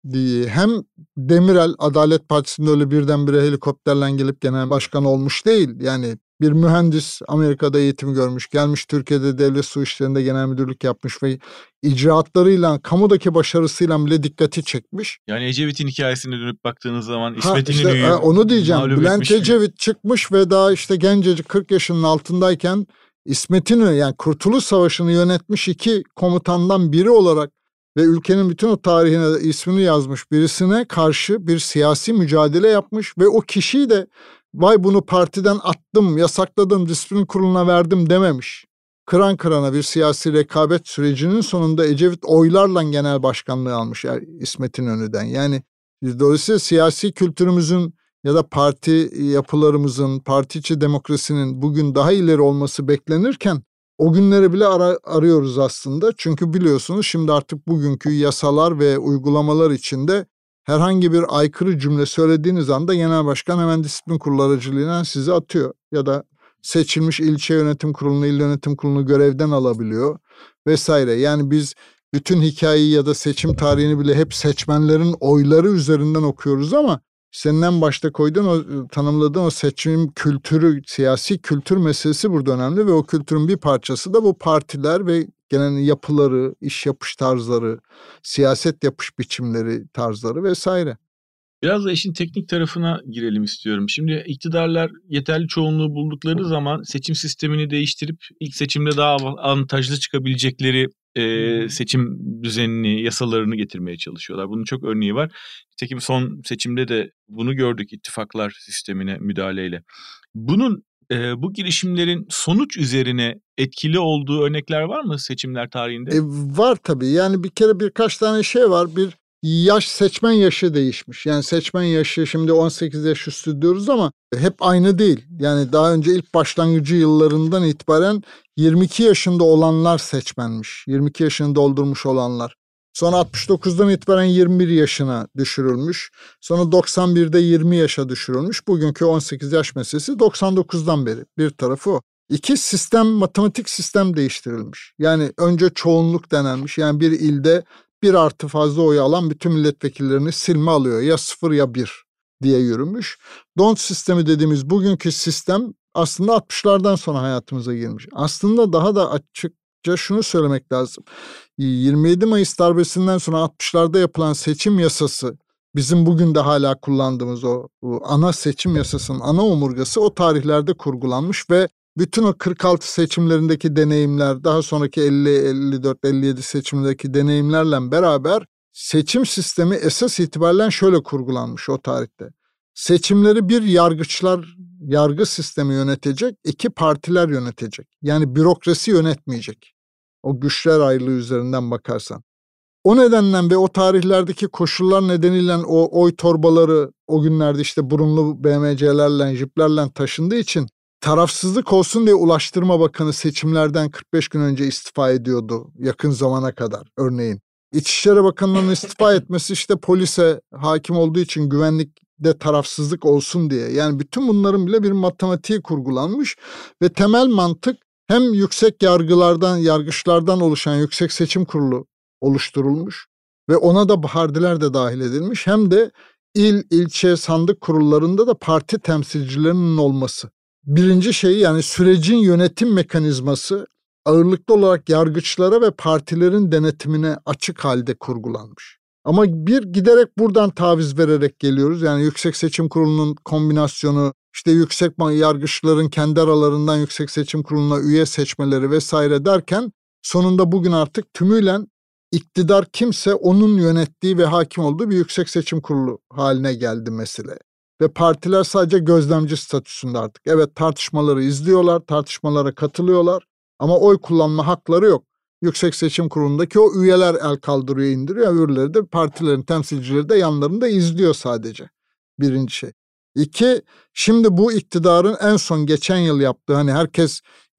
hem Demirel Adalet Partisi'nde öyle birdenbire helikopterle gelip genel başkan olmuş değil. Yani bir mühendis, Amerika'da eğitim görmüş, gelmiş Türkiye'de devlet su işlerinde genel müdürlük yapmış ve icraatlarıyla, kamudaki başarısıyla bile dikkati çekmiş. Yani Ecevit'in hikayesine dönüp baktığınız zaman İsmet İnönü'yü işte, onu diyeceğim. Bülent Ecevit mi? çıkmış ve daha işte gencecik 40 yaşının altındayken İsmet İnönü, yani Kurtuluş Savaşı'nı yönetmiş 2 komutandan biri olarak ve ülkenin bütün o tarihine ismini yazmış birisine karşı bir siyasi mücadele yapmış ve o kişiyi de vay bunu partiden attım, yasakladım, disiplin kuruluna verdim dememiş. Kıran kırana bir siyasi rekabet sürecinin sonunda Ecevit oylarla genel başkanlığı almış İsmet İnönü'den. Yani dolayısıyla siyasi kültürümüzün ya da parti yapılarımızın, parti içi demokrasinin bugün daha ileri olması beklenirken o günleri bile arıyoruz aslında. Çünkü biliyorsunuz şimdi artık bugünkü yasalar ve uygulamalar içinde herhangi bir aykırı cümle söylediğiniz anda genel başkan hemen disiplin kurulu aracılığıyla sizi atıyor. Ya da seçilmiş ilçe yönetim kurulunu, il yönetim kurulunu görevden alabiliyor vesaire. Yani biz bütün hikayeyi ya da seçim tarihini bile hep seçmenlerin oyları üzerinden okuyoruz ama senin en başta tanımladığın o seçim kültürü, siyasi kültür meselesi burada önemli ve o kültürün bir parçası da bu partiler ve genel yapıları, iş yapış tarzları, siyaset yapış biçimleri, tarzları vesaire. Biraz da işin teknik tarafına girelim istiyorum. Şimdi iktidarlar yeterli çoğunluğu buldukları zaman seçim sistemini değiştirip ilk seçimde daha avantajlı çıkabilecekleri seçim düzenini, yasalarını getirmeye çalışıyorlar. Bunun çok örneği var. Nitekim son seçimde de bunu gördük, ittifaklar sistemine müdahaleyle. Bunun bu girişimlerin sonuç üzerine etkili olduğu örnekler var mı seçimler tarihinde? Var tabii. Yani bir kere birkaç tane şey var. Seçmen yaşı değişmiş. Yani seçmen yaşı şimdi 18 yaş üstü diyoruz ama hep aynı değil. Yani daha önce ilk başlangıcı yıllarından itibaren 22 yaşında olanlar seçmenmiş. 22 yaşını doldurmuş olanlar. Sonra 69'dan itibaren 21 yaşına düşürülmüş. Sonra 91'de 20 yaşa düşürülmüş. Bugünkü 18 yaş meselesi 99'dan beri. Bir tarafı o. 2 sistem, matematik sistem değiştirilmiş. Yani önce çoğunluk denenmiş. Yani bir ilde 1 artı fazla oy alan bütün milletvekillerini silme alıyor. Ya 0 ya 1 diye yürümüş. D'Hondt sistemi dediğimiz bugünkü sistem aslında 60'lardan sonra hayatımıza girmiş. Aslında daha da açıkça şunu söylemek lazım. 27 Mayıs darbesinden sonra 60'larda yapılan seçim yasası, bizim bugün de hala kullandığımız o ana seçim yasasının ana omurgası o tarihlerde kurgulanmış ve bütün o 46 seçimlerindeki deneyimler, daha sonraki 50, 54, 57 seçimlerindeki deneyimlerle beraber seçim sistemi esas itibaren şöyle kurgulanmış o tarihte. Seçimleri bir yargı sistemi yönetecek, 2 partiler yönetecek. Yani bürokrasi yönetmeyecek. O güçler ayrılığı üzerinden bakarsan. O nedenle ve o tarihlerdeki koşullar nedeniyle o oy torbaları o günlerde işte burunlu BMC'lerle, jiplerle taşındığı için tarafsızlık olsun diye Ulaştırma Bakanı seçimlerden 45 gün önce istifa ediyordu yakın zamana kadar örneğin. İçişleri Bakanı'nın istifa etmesi işte polise hakim olduğu için güvenlikte tarafsızlık olsun diye. Yani bütün bunların bile bir matematiği kurgulanmış ve temel mantık hem yüksek yargıçlardan oluşan Yüksek Seçim Kurulu oluşturulmuş ve ona da Bahardiler de dahil edilmiş. Hem de il, ilçe, sandık kurullarında da parti temsilcilerinin olması. Birinci şey yani sürecin yönetim mekanizması ağırlıklı olarak yargıçlara ve partilerin denetimine açık halde kurgulanmış. Ama giderek buradan taviz vererek geliyoruz. Yani Yüksek Seçim Kurulu'nun kombinasyonu, işte yüksek yargıçların kendi aralarından Yüksek Seçim Kurulu'na üye seçmeleri vesaire derken sonunda bugün artık tümüyle iktidar kimse onun yönettiği ve hakim olduğu bir Yüksek Seçim Kurulu haline geldi mesele. Ve partiler sadece gözlemci statüsünde artık. Evet tartışmaları izliyorlar, tartışmalara katılıyorlar ama oy kullanma hakları yok. Yüksek Seçim Kurulu'ndaki o üyeler el kaldırıyor, indiriyor. Öbürleri de partilerin temsilcileri de yanlarında izliyor sadece. Birinci şey. 2, şimdi bu iktidarın en son geçen yıl yaptığı hani herkes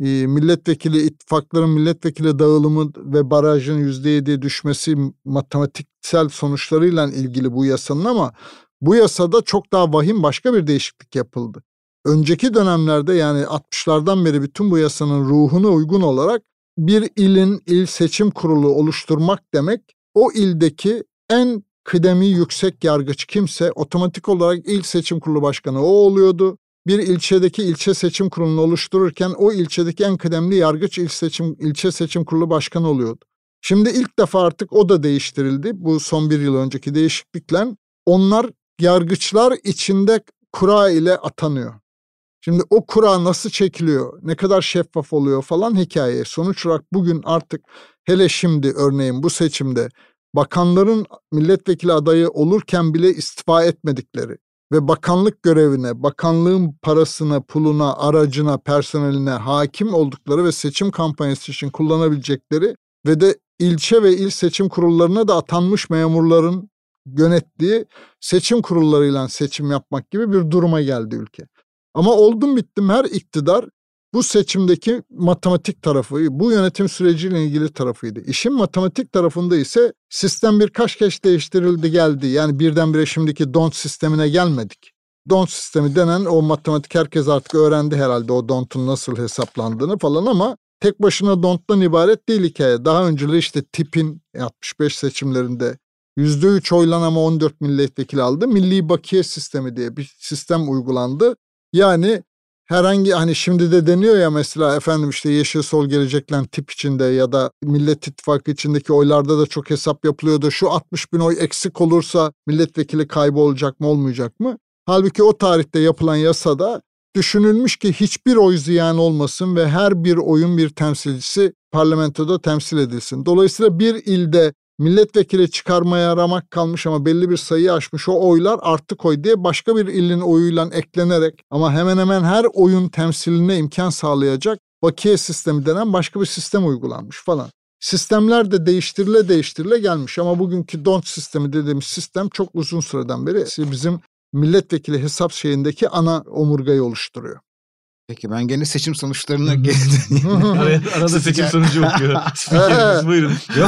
ittifakların milletvekili dağılımı ve barajın %7 düşmesi matematiksel sonuçlarıyla ilgili bu yasanın ama bu yasada çok daha vahim başka bir değişiklik yapıldı. Önceki dönemlerde yani 60'lardan beri bütün bu yasanın ruhuna uygun olarak bir ilin il seçim kurulu oluşturmak demek o ildeki en kıdemi yüksek yargıç kimse otomatik olarak il seçim kurulu başkanı o oluyordu. Bir ilçedeki ilçe seçim kurulunu oluştururken o ilçedeki en kıdemli yargıç ilçe seçim kurulu başkanı oluyordu. Şimdi ilk defa artık o da değiştirildi. Bu son bir yıl önceki değişiklikle onlar yargıçlar içinde kura ile atanıyor. Şimdi o kura nasıl çekiliyor, ne kadar şeffaf oluyor falan hikaye. Sonuç olarak bugün artık hele şimdi örneğin bu seçimde bakanların milletvekili adayı olurken bile istifa etmedikleri ve bakanlık görevine, bakanlığın parasına, puluna, aracına, personeline hakim oldukları ve seçim kampanyası için kullanabilecekleri ve de ilçe ve il seçim kurullarına da atanmış memurların yönettiği seçim kurullarıyla seçim yapmak gibi bir duruma geldi ülke. Ama oldum bittim her iktidar bu seçimdeki matematik tarafı, bu yönetim süreciyle ilgili tarafıydı. İşin matematik tarafında ise sistem birkaç kez değiştirildi geldi. Yani birdenbire şimdiki D'Hondt sistemine gelmedik. D'Hondt sistemi denen o matematik herkes artık öğrendi herhalde o D'Hondt'un nasıl hesaplandığını falan ama tek başına D'Hondt'tan ibaret değil hikaye. Daha önceleri işte tipin 65 seçimlerinde %3 oylan ama 14 milletvekili aldı. Milli Bakiye Sistemi diye bir sistem uygulandı. Yani herhangi hani şimdi de deniyor ya mesela efendim işte Yeşil Sol Gelecek'le tip içinde ya da Millet İttifakı içindeki oylarda da çok hesap yapılıyordu. Şu 60 bin oy eksik olursa milletvekili kaybı olacak mı olmayacak mı? Halbuki o tarihte yapılan yasada düşünülmüş ki hiçbir oy ziyan olmasın ve her bir oyun bir temsilcisi parlamentoda temsil edilsin. Dolayısıyla bir ilde milletvekili çıkarmaya ramak kalmış ama belli bir sayıyı aşmış o oylar artık oy diye başka bir ilin oyuyla eklenerek ama hemen hemen her oyun temsiline imkan sağlayacak bakiye sistemi denen başka bir sistem uygulanmış falan. Sistemler de değiştirile gelmiş ama bugünkü D'Hondt sistemi dediğimiz sistem çok uzun süreden beri bizim milletvekili hesap şeyindeki ana omurgayı oluşturuyor. Peki ben gene seçim sonuçlarına geri döneyim. Arada seçim sonucu okuyor. Buyurun. Yok.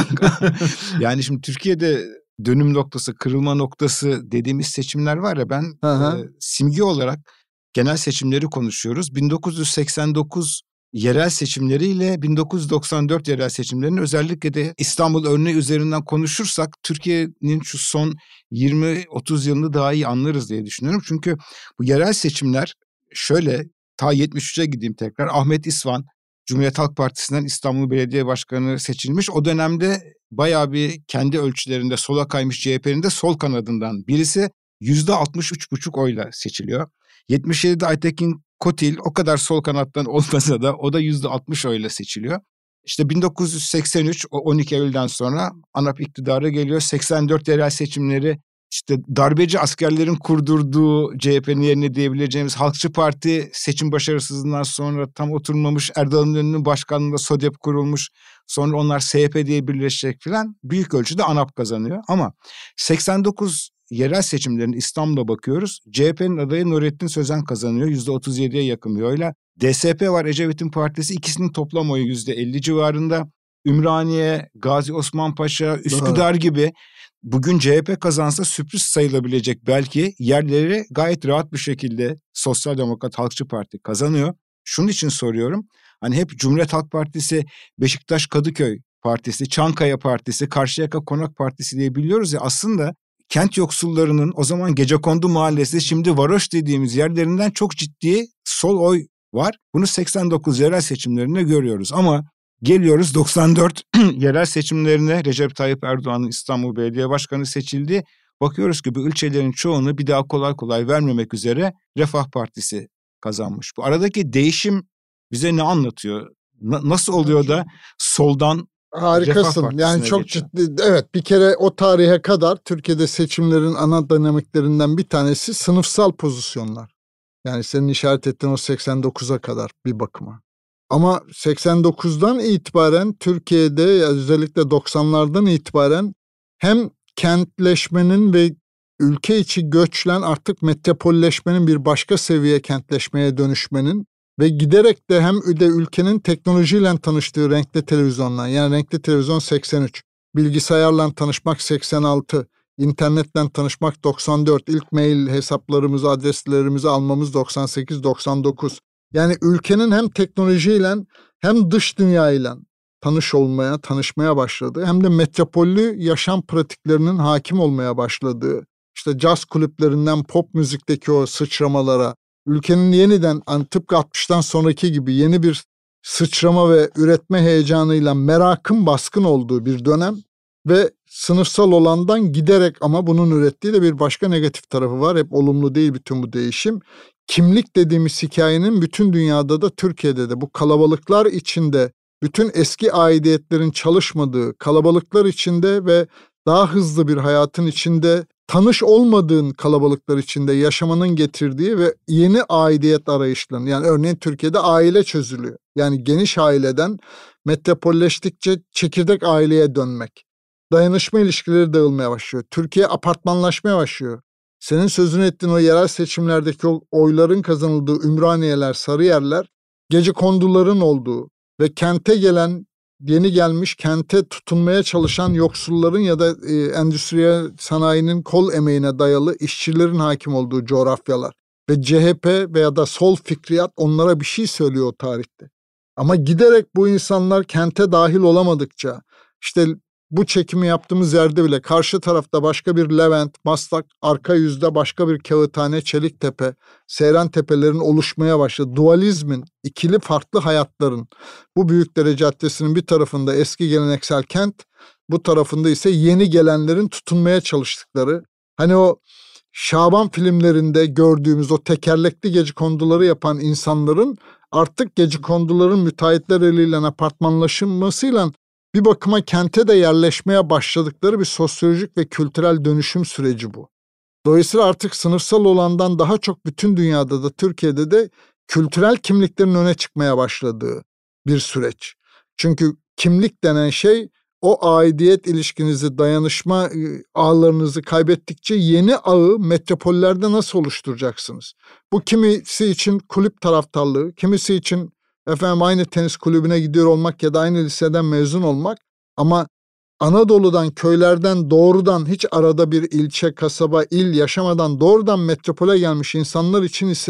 Yani şimdi Türkiye'de dönüm noktası, kırılma noktası dediğimiz seçimler var ya ben simge olarak genel seçimleri konuşuyoruz. 1989 yerel seçimleriyle 1994 yerel seçimlerinin, özellikle de İstanbul örneği üzerinden konuşursak Türkiye'nin şu son 20-30 yılını daha iyi anlarız diye düşünüyorum. Çünkü bu yerel seçimler şöyle, ta 73'e gideyim tekrar. Ahmet İsvan Cumhuriyet Halk Partisi'nden İstanbul Belediye Başkanı seçilmiş. O dönemde bayağı bir kendi ölçülerinde sola kaymış CHP'nin de sol kanadından birisi, %63,5 oyla seçiliyor. 77'de Aytekin Kotil o kadar sol kanattan olmasa da o da %60 oyla seçiliyor. İşte 1983, o 12 Eylül'den sonra ANAP iktidara geliyor. 84 yerel seçimleri, işte darbeci askerlerin kurdurduğu CHP'nin yerine diyebileceğimiz Halkçı Parti seçim başarısızlığından sonra tam oturmamış, Erdal İnönü'nün başkanlığında SODEP kurulmuş. Sonra onlar SHP diye birleşecek falan, büyük ölçüde ANAP kazanıyor. Ama 89 yerel seçimlerin İstanbul'a bakıyoruz. CHP'nin adayı Nurettin Sözen kazanıyor. %37'ye yakın bir oyla. DSP var, Ecevit'in partisi. İkisinin toplam oyu %50 civarında. Ümraniye, Gazi Osman Paşa, Üsküdar gibi bugün CHP kazansa sürpriz sayılabilecek belki yerleri gayet rahat bir şekilde Sosyal Demokrat Halkçı Parti kazanıyor. Şunun için soruyorum. Hani hep Cumhuriyet Halk Partisi, Beşiktaş Kadıköy Partisi, Çankaya Partisi, Karşıyaka Konak Partisi diye biliyoruz ya, aslında kent yoksullarının o zaman Gecekondu Mahallesi, şimdi Varoş dediğimiz yerlerinden çok ciddi sol oy var. Bunu 89 yerel seçimlerinde görüyoruz. Ama geliyoruz 94 yerel seçimlerine, Recep Tayyip Erdoğan'ın İstanbul Belediye Başkanı seçildi. Bakıyoruz ki bu ilçelerin çoğunu bir daha kolay kolay vermemek üzere Refah Partisi kazanmış. Bu aradaki değişim bize ne anlatıyor? Nasıl oluyor da soldan harikasın. Yani çok geçiyor? ciddi. Evet, bir kere o tarihe kadar Türkiye'de seçimlerin ana dinamiklerinden bir tanesi sınıfsal pozisyonlar. Yani senin işaret ettiğin o 89'a kadar bir bakıma. Ama 89'dan itibaren Türkiye'de, özellikle 90'lardan itibaren hem kentleşmenin ve ülke içi göçlen artık metropolleşmenin, bir başka seviye kentleşmeye dönüşmenin ve giderek de hem de ülkenin teknolojiyle tanıştığı renkli televizyonla, yani renkli televizyon 83, bilgisayarla tanışmak 86, internetten tanışmak 94, ilk mail hesaplarımızı, adreslerimizi almamız 98-99. Yani ülkenin hem teknolojiyle hem dış dünyayla tanışmaya başladığı, hem de metropollü yaşam pratiklerinin hakim olmaya başladığı, işte caz kulüplerinden pop müzikteki o sıçramalara, ülkenin yeniden tıpkı 60'tan sonraki gibi yeni bir sıçrama ve üretme heyecanıyla merakın baskın olduğu bir dönem ve sınıfsal olandan giderek, ama bunun ürettiği de bir başka negatif tarafı var. Hep olumlu değil bütün bu değişim. Kimlik dediğimiz hikayenin bütün dünyada da Türkiye'de de bu kalabalıklar içinde, bütün eski aidiyetlerin çalışmadığı kalabalıklar içinde ve daha hızlı bir hayatın içinde, tanış olmadığın kalabalıklar içinde yaşamanın getirdiği ve yeni aidiyet arayışlarının, yani örneğin Türkiye'de aile çözülüyor. Yani geniş aileden metropolleştikçe çekirdek aileye dönmek. Dayanışma ilişkileri dağılmaya başlıyor. Türkiye apartmanlaşmaya başlıyor. Senin sözünü ettiğin o yerel seçimlerdeki o oyların kazanıldığı Ümraniyeler, Sarıyerler, gecekonduların olduğu ve kente gelen, yeni gelmiş, kente tutunmaya çalışan yoksulların ya da endüstriyel sanayinin kol emeğine dayalı işçilerin hakim olduğu coğrafyalar. Ve CHP veya da sol fikriyat onlara bir şey söylüyor o tarihte. Ama giderek bu insanlar kente dahil olamadıkça, işte bu çekimi yaptığımız yerde bile karşı tarafta başka bir Levent, Maslak, arka yüzde başka bir Kağıthane, Çeliktepe, Seyrantepe'lerin oluşmaya başladı. Dualizmin, ikili farklı hayatların, bu Büyükdere Caddesi'nin bir tarafında eski geleneksel kent, bu tarafında ise yeni gelenlerin tutunmaya çalıştıkları, hani o Şaban filmlerinde gördüğümüz o tekerlekli gecekonduları yapan insanların artık gecekonduların müteahhitler eliyle apartmanlaşılmasıyla bir bakıma kente de yerleşmeye başladıkları bir sosyolojik ve kültürel dönüşüm süreci bu. Dolayısıyla artık sınıfsal olandan daha çok bütün dünyada da Türkiye'de de kültürel kimliklerin öne çıkmaya başladığı bir süreç. Çünkü kimlik denen şey o aidiyet ilişkinizi, dayanışma ağlarınızı kaybettikçe yeni ağı metropollerde nasıl oluşturacaksınız? Bu kimisi için kulüp taraftarlığı, kimisi için aynı tenis kulübüne gidiyor olmak ya da aynı liseden mezun olmak, ama Anadolu'dan, köylerden doğrudan hiç arada bir ilçe, kasaba, il yaşamadan doğrudan metropole gelmiş insanlar için ise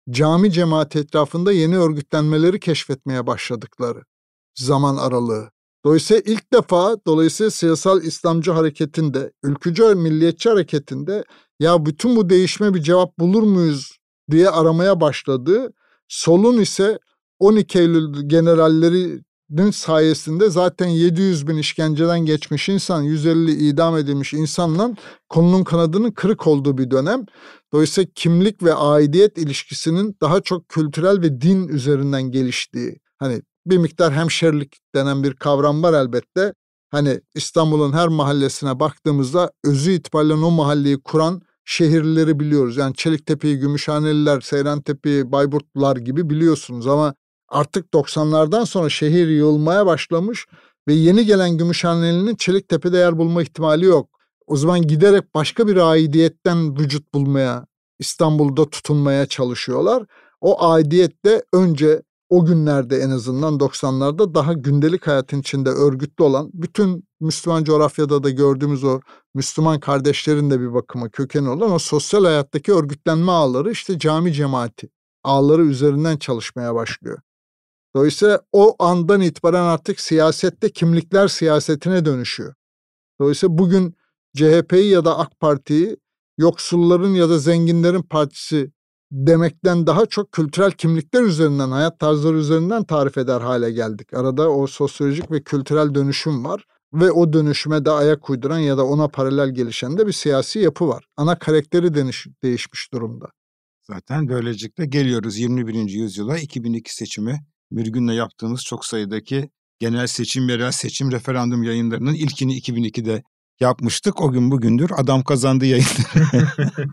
cami cemaati etrafında yeni örgütlenmeleri keşfetmeye başladıkları zaman aralığı. Dolayısıyla ilk defa siyasal İslamcı hareketinde, ülkücü milliyetçi hareketinde ya bütün bu değişime bir cevap bulur muyuz diye aramaya başladığı, solun ise 12 Eylül generallerinin sayesinde zaten 700 bin işkenceden geçmiş insan, 150 idam edilmiş insanla kolunun kanadının kırık olduğu bir dönem. Dolayısıyla kimlik ve aidiyet ilişkisinin daha çok kültürel ve din üzerinden geliştiği, hani bir miktar hemşerilik denen bir kavram var elbette. Hani İstanbul'un her mahallesine baktığımızda özü itibariyle o mahalleyi kuran şehirlileri biliyoruz. Yani Çeliktepe'yi, Gümüşhaneliler, Seyrantepe'yi, Bayburtlular gibi biliyorsunuz ama artık 90'lardan sonra şehir yığılmaya başlamış ve yeni gelen Gümüşhaneli'nin Çeliktepe'de yer bulma ihtimali yok. O zaman giderek başka bir aidiyetten vücut bulmaya, İstanbul'da tutunmaya çalışıyorlar. O aidiyet de önce o günlerde, en azından 90'larda daha gündelik hayatın içinde örgütlü olan, bütün Müslüman coğrafyada da gördüğümüz o Müslüman kardeşlerin de bir bakıma kökeni olan o sosyal hayattaki örgütlenme ağları, işte cami cemaati ağları üzerinden çalışmaya başlıyor. Dolayısıyla o andan itibaren artık siyasette kimlikler siyasetine dönüşüyor. Dolayısıyla bugün CHP'yi ya da AK Parti'yi yoksulların ya da zenginlerin partisi demekten daha çok kültürel kimlikler üzerinden, hayat tarzları üzerinden tarif eder hale geldik. Arada o sosyolojik ve kültürel dönüşüm var ve o dönüşüme de ayak uyduran ya da ona paralel gelişen de bir siyasi yapı var. Ana karakteri değişmiş durumda. Zaten böylelikle geliyoruz 21. yüzyıla, 2002 seçimi. Mürgün'le yaptığımız çok sayıdaki genel seçim, yerel seçim, referandum yayınlarının ilkini 2002'de yapmıştık. O gün bugündür adam kazandı yayınları.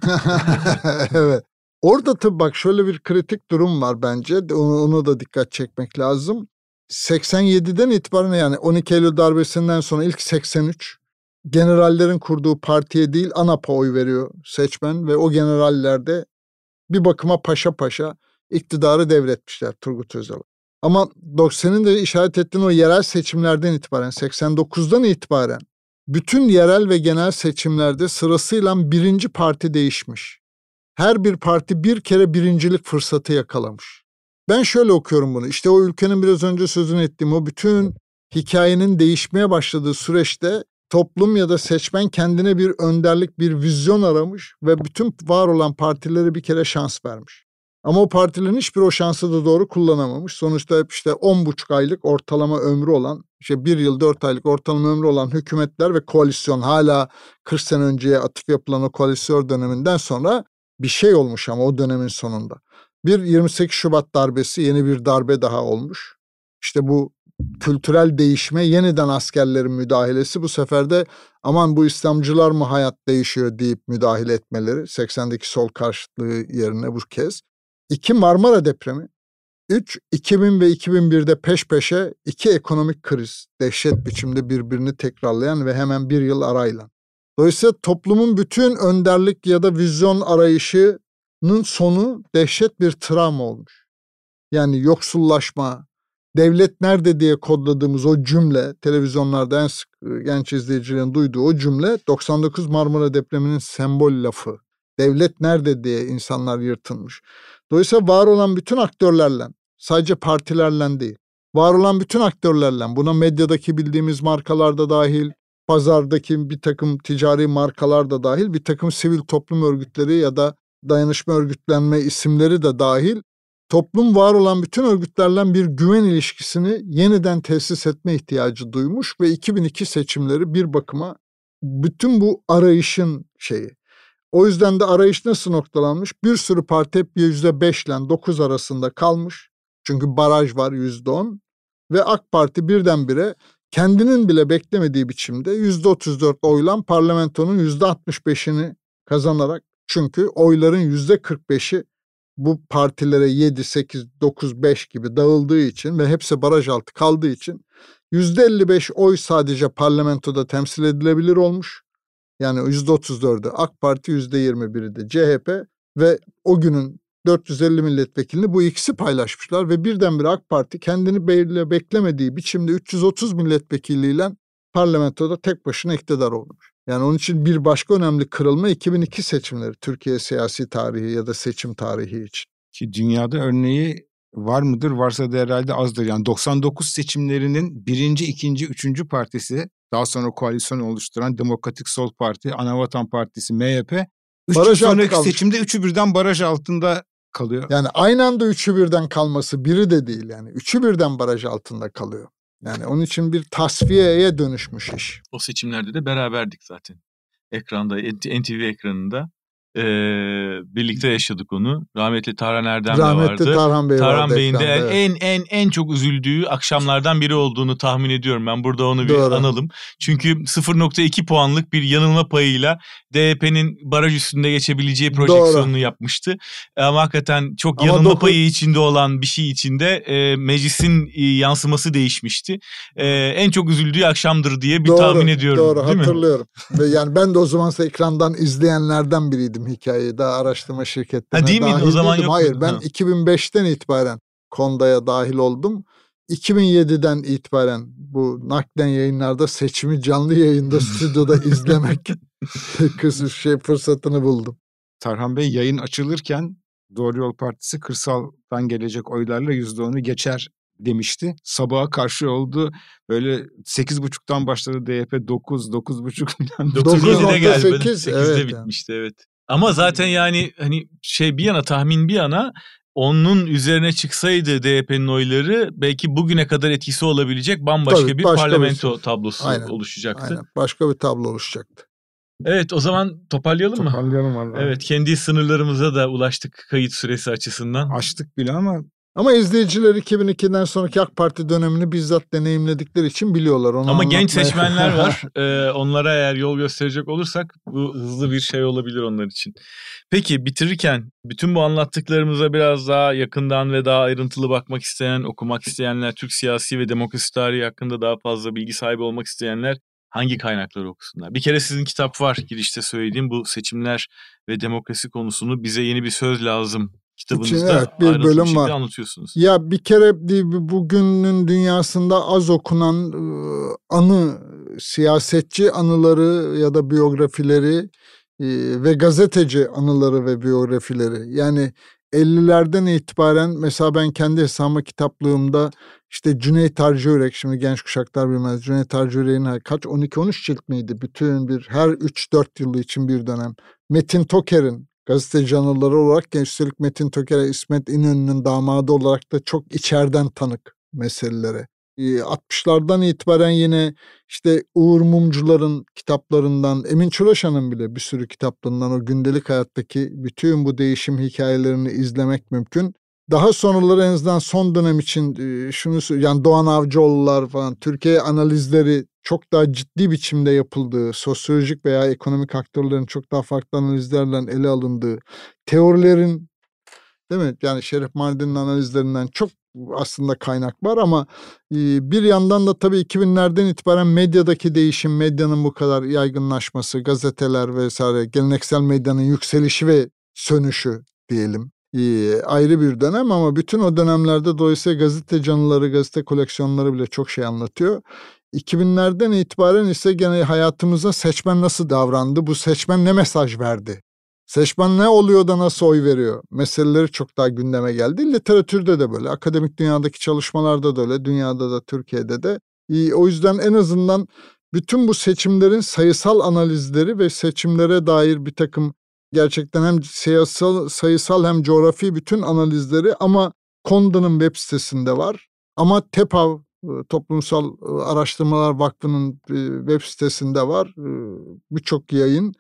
Evet. Orada tabii bak şöyle bir kritik durum var bence. Ona da dikkat çekmek lazım. 87'den itibaren, yani 12 Eylül darbesinden sonra ilk 83 generallerin kurduğu partiye değil ANAP'a oy veriyor seçmen ve o generaller de bir bakıma paşa paşa iktidarı devretmişler Turgut Özal'a. Ama 90'ın da işaret ettiğin o yerel seçimlerden itibaren, 89'dan itibaren bütün yerel ve genel seçimlerde sırasıyla birinci parti değişmiş. Her bir parti bir kere birincilik fırsatı yakalamış. Ben şöyle okuyorum bunu. İşte o ülkenin biraz önce sözünü ettiğim o bütün hikayenin değişmeye başladığı süreçte toplum ya da seçmen kendine bir önderlik, bir vizyon aramış ve bütün var olan partilere bir kere şans vermiş. Ama o partilerin hiçbir o şansı da doğru kullanamamış. Sonuçta hep işte 10,5 aylık ortalama ömrü olan, işte 1 yıl 4 aylık ortalama ömrü olan hükümetler ve koalisyon, hala 40 sene önceye atıf yapılan o koalisyon döneminden sonra bir şey olmuş ama o dönemin sonunda. Bir 28 Şubat darbesi, yeni bir darbe daha olmuş. İşte bu kültürel değişime yeniden askerlerin müdahalesi, bu sefer de aman bu İslamcılar mı hayat değişiyor deyip müdahale etmeleri, 80'deki sol karşıtlığı yerine bu kez. 2 Marmara depremi. 3 2000 ve 2001'de peş peşe 2 ekonomik kriz, dehşet biçimde birbirini tekrarlayan ve hemen bir yıl arayla. Dolayısıyla toplumun bütün önderlik ya da vizyon arayışının sonu dehşet bir travma olmuş. Yani yoksullaşma, devlet nerede diye kodladığımız o cümle, televizyonlarda en sık genç izleyicilerin duyduğu o cümle 99 Marmara depreminin sembol lafı. Devlet nerede diye insanlar yırtınmış. Dolayısıyla var olan bütün aktörlerle, sadece partilerle değil, var olan bütün aktörlerle, buna medyadaki bildiğimiz markalar da dahil, pazardaki bir takım ticari markalar da dahil, bir takım sivil toplum örgütleri ya da dayanışma örgütlenme isimleri de dahil, toplum var olan bütün örgütlerle bir güven ilişkisini yeniden tesis etme ihtiyacı duymuş ve 2002 seçimleri bir bakıma bütün bu arayışın şeyi. O yüzden de arayış nasıl noktalanmış? Bir sürü parti hep %5 ile 9 arasında kalmış. Çünkü baraj var %10 ve AK Parti birdenbire kendinin bile beklemediği biçimde %34 oyla parlamentonun %65'ini kazanarak, çünkü oyların %45'i bu partilere 7, 8, 9, 5 gibi dağıldığı için ve hepsi baraj altı kaldığı için %55 oy sadece parlamentoda temsil edilebilir olmuş. Yani %34'ü AK Parti, %21'i de CHP ve o günün 450 milletvekilini bu ikisi paylaşmışlar ve birdenbire AK Parti kendini beklemediği biçimde 330 milletvekiliyle parlamentoda tek başına iktidar olmuş. Yani onun için bir başka önemli kırılma 2002 seçimleri, Türkiye siyasi tarihi ya da seçim tarihi için. Ki dünyada örneği var mıdır? Varsa da herhalde azdır. Yani 99 seçimlerinin birinci, ikinci, üçüncü partisi, daha sonra koalisyon oluşturan Demokratik Sol Parti, Anavatan Partisi, MHP, 3 yıl Baraj altı sonraki kalmış. seçimde üçü birden baraj altında kalıyor. Yani aynı anda üçü birden kalması, biri de değil yani. Üçü birden baraj altında kalıyor. Yani onun için bir tasfiyeye dönüşmüş iş. O seçimlerde de beraberdik zaten. Ekranda, NTV ekranında birlikte yaşadık onu. Rahmetli Tarhan Erdem de Rahmetli vardı. Tarhan Bey Tarhan vardı Bey'in de ekranda, evet. en çok üzüldüğü akşamlardan biri olduğunu tahmin ediyorum. Ben burada onu bir Doğru. analım. Çünkü 0.2 puanlık bir yanılma payıyla DYP'nin baraj üstünde geçebileceği projeksiyonunu yapmıştı. Ama hakikaten çok yanılma payı içinde olan bir şey içinde meclisin yansıması değişmişti. En çok üzüldüğü akşamdır diye bir tahmin ediyorum. Doğru, değil hatırlıyorum. Ve yani ben de o zaman ekrandan izleyenlerden biriydim hikayeyi. Daha araştırma şirketlerine değil miydi? dahil O zaman değildim. yok Hayır, muydun? ben 2005'ten itibaren KONDA'ya dahil oldum. 2007'den itibaren bu naklen yayınlarda seçimi canlı yayında stüdyoda izlemek fırsatını buldum. Tarhan Bey yayın açılırken Doğru Yol Partisi kırsaldan gelecek oylarla %10'u geçer demişti. Sabaha karşı oldu. Böyle 8.30'dan başladı DYP 9.5 falan. 9.7'de geldi. 9.8, 8'de evet bitmişti evet. Ama zaten yani hani bir yana tahmin bir yana onun üzerine çıksaydı DYP'nin oyları belki bugüne kadar etkisi olabilecek bambaşka bir parlamento tablosu oluşacaktı. Aynen, başka bir tablo oluşacaktı. Evet, o zaman toparlayalım mı? Toparlayalım vallahi. Evet, kendi sınırlarımıza da ulaştık kayıt süresi açısından. Açtık bile ama izleyiciler 2002'den sonraki AK Parti dönemini bizzat deneyimledikleri için biliyorlar. Onu ama genç seçmenler var. Onlara eğer yol gösterecek olursak bu hızlı bir şey olabilir onlar için. Peki bitirirken bütün bu anlattıklarımıza biraz daha yakından ve daha ayrıntılı bakmak isteyen, okumak isteyenler, Türk siyasi ve demokrasi tarihi hakkında daha fazla bilgi sahibi olmak isteyenler hangi kaynakları okusunlar? Bir kere sizin kitap var, girişte söylediğim bu seçimler ve demokrasi konusunu bize yeni bir söz lazım kitabınızda evet, bir ayrıntılı bölüm bir şekilde var. Anlatıyorsunuz. Ya bir kere bugünün dünyasında az okunan siyasetçi anıları ya da biyografileri ve gazeteci anıları ve biyografileri. Yani 50'lerden itibaren mesela ben kendi hesabıma kitaplığımda işte Cüneyt Arcıyürek, şimdi genç kuşaklar bilmez, Cüneyt Arcıyürek'in kaç 12-13 cilt miydi? Bütün her 3-4 yılı için bir dönem. Metin Toker'in gazeteci anıları olarak, üstelik Metin Toker'e İsmet İnönü'nün damadı olarak da çok içeriden tanık meselelere. 60'lardan itibaren yine işte Uğur Mumcular'ın kitaplarından, Emin Çulaşan'ın bile bir sürü kitaplarından o gündelik hayattaki bütün bu değişim hikayelerini izlemek mümkün. Daha sonraları en azından son dönem için yani Doğan Avcıoğlu'lar falan, Türkiye analizleri çok daha ciddi biçimde yapıldığı, sosyolojik veya ekonomik aktörlerin çok daha farklı analizlerle ele alındığı, teorilerin, değil mi? Yani Şeref Mardin'in analizlerinden çok aslında kaynak var ama bir yandan da tabii 2000'lerden itibaren medyadaki değişim, medyanın bu kadar yaygınlaşması, gazeteler vesaire, geleneksel medyanın yükselişi ve sönüşü diyelim. Ayrı bir dönem ama bütün o dönemlerde dolayısıyla gazete canlıları, gazete koleksiyonları bile çok şey anlatıyor. 2000'lerden itibaren ise gene hayatımıza seçmen nasıl davrandı, bu seçmen ne mesaj verdi? Seçmen ne oluyor da nasıl oy veriyor? Meseleleri çok daha gündeme geldi. Literatürde de böyle, akademik dünyadaki çalışmalarda da öyle, dünyada da Türkiye'de de. O yüzden en azından bütün bu seçimlerin sayısal analizleri ve seçimlere dair bir takım gerçekten hem sayısal hem coğrafi bütün analizleri ama KONDA'nın web sitesinde var. Ama TEPAV, Toplumsal Araştırmalar Vakfı'nın web sitesinde var. Birçok yayın.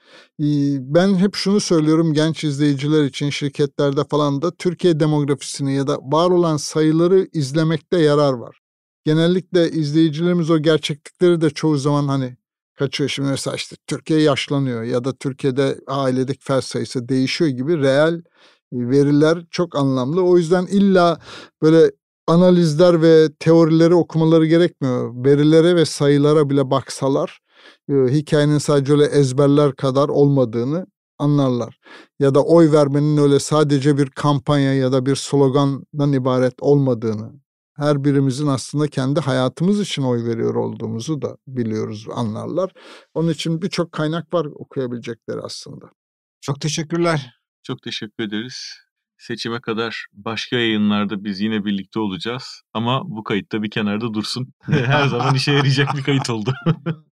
Ben hep şunu söylüyorum genç izleyiciler için, şirketlerde falan da Türkiye demografisini ya da var olan sayıları izlemekte yarar var. Genellikle izleyicilerimiz o gerçeklikleri de çoğu zaman kaçıyor. Şimdi mesela işte Türkiye yaşlanıyor ya da Türkiye'de ailedeki felç sayısı değişiyor gibi reel veriler çok anlamlı. O yüzden illa böyle analizler ve teorileri okumaları gerekmiyor. Verilere ve sayılara bile baksalar hikayenin sadece öyle ezberler kadar olmadığını anlarlar. Ya da oy vermenin öyle sadece bir kampanya ya da bir slogandan ibaret olmadığını, her birimizin aslında kendi hayatımız için oy veriyor olduğumuzu da biliyoruz, anlarlar. Onun için birçok kaynak var okuyabilecekleri aslında. Çok teşekkürler. Çok teşekkür ederiz. Seçime kadar başka yayınlarda biz yine birlikte olacağız. Ama bu kayıt da bir kenarda dursun. Her zaman işe yarayacak bir kayıt oldu.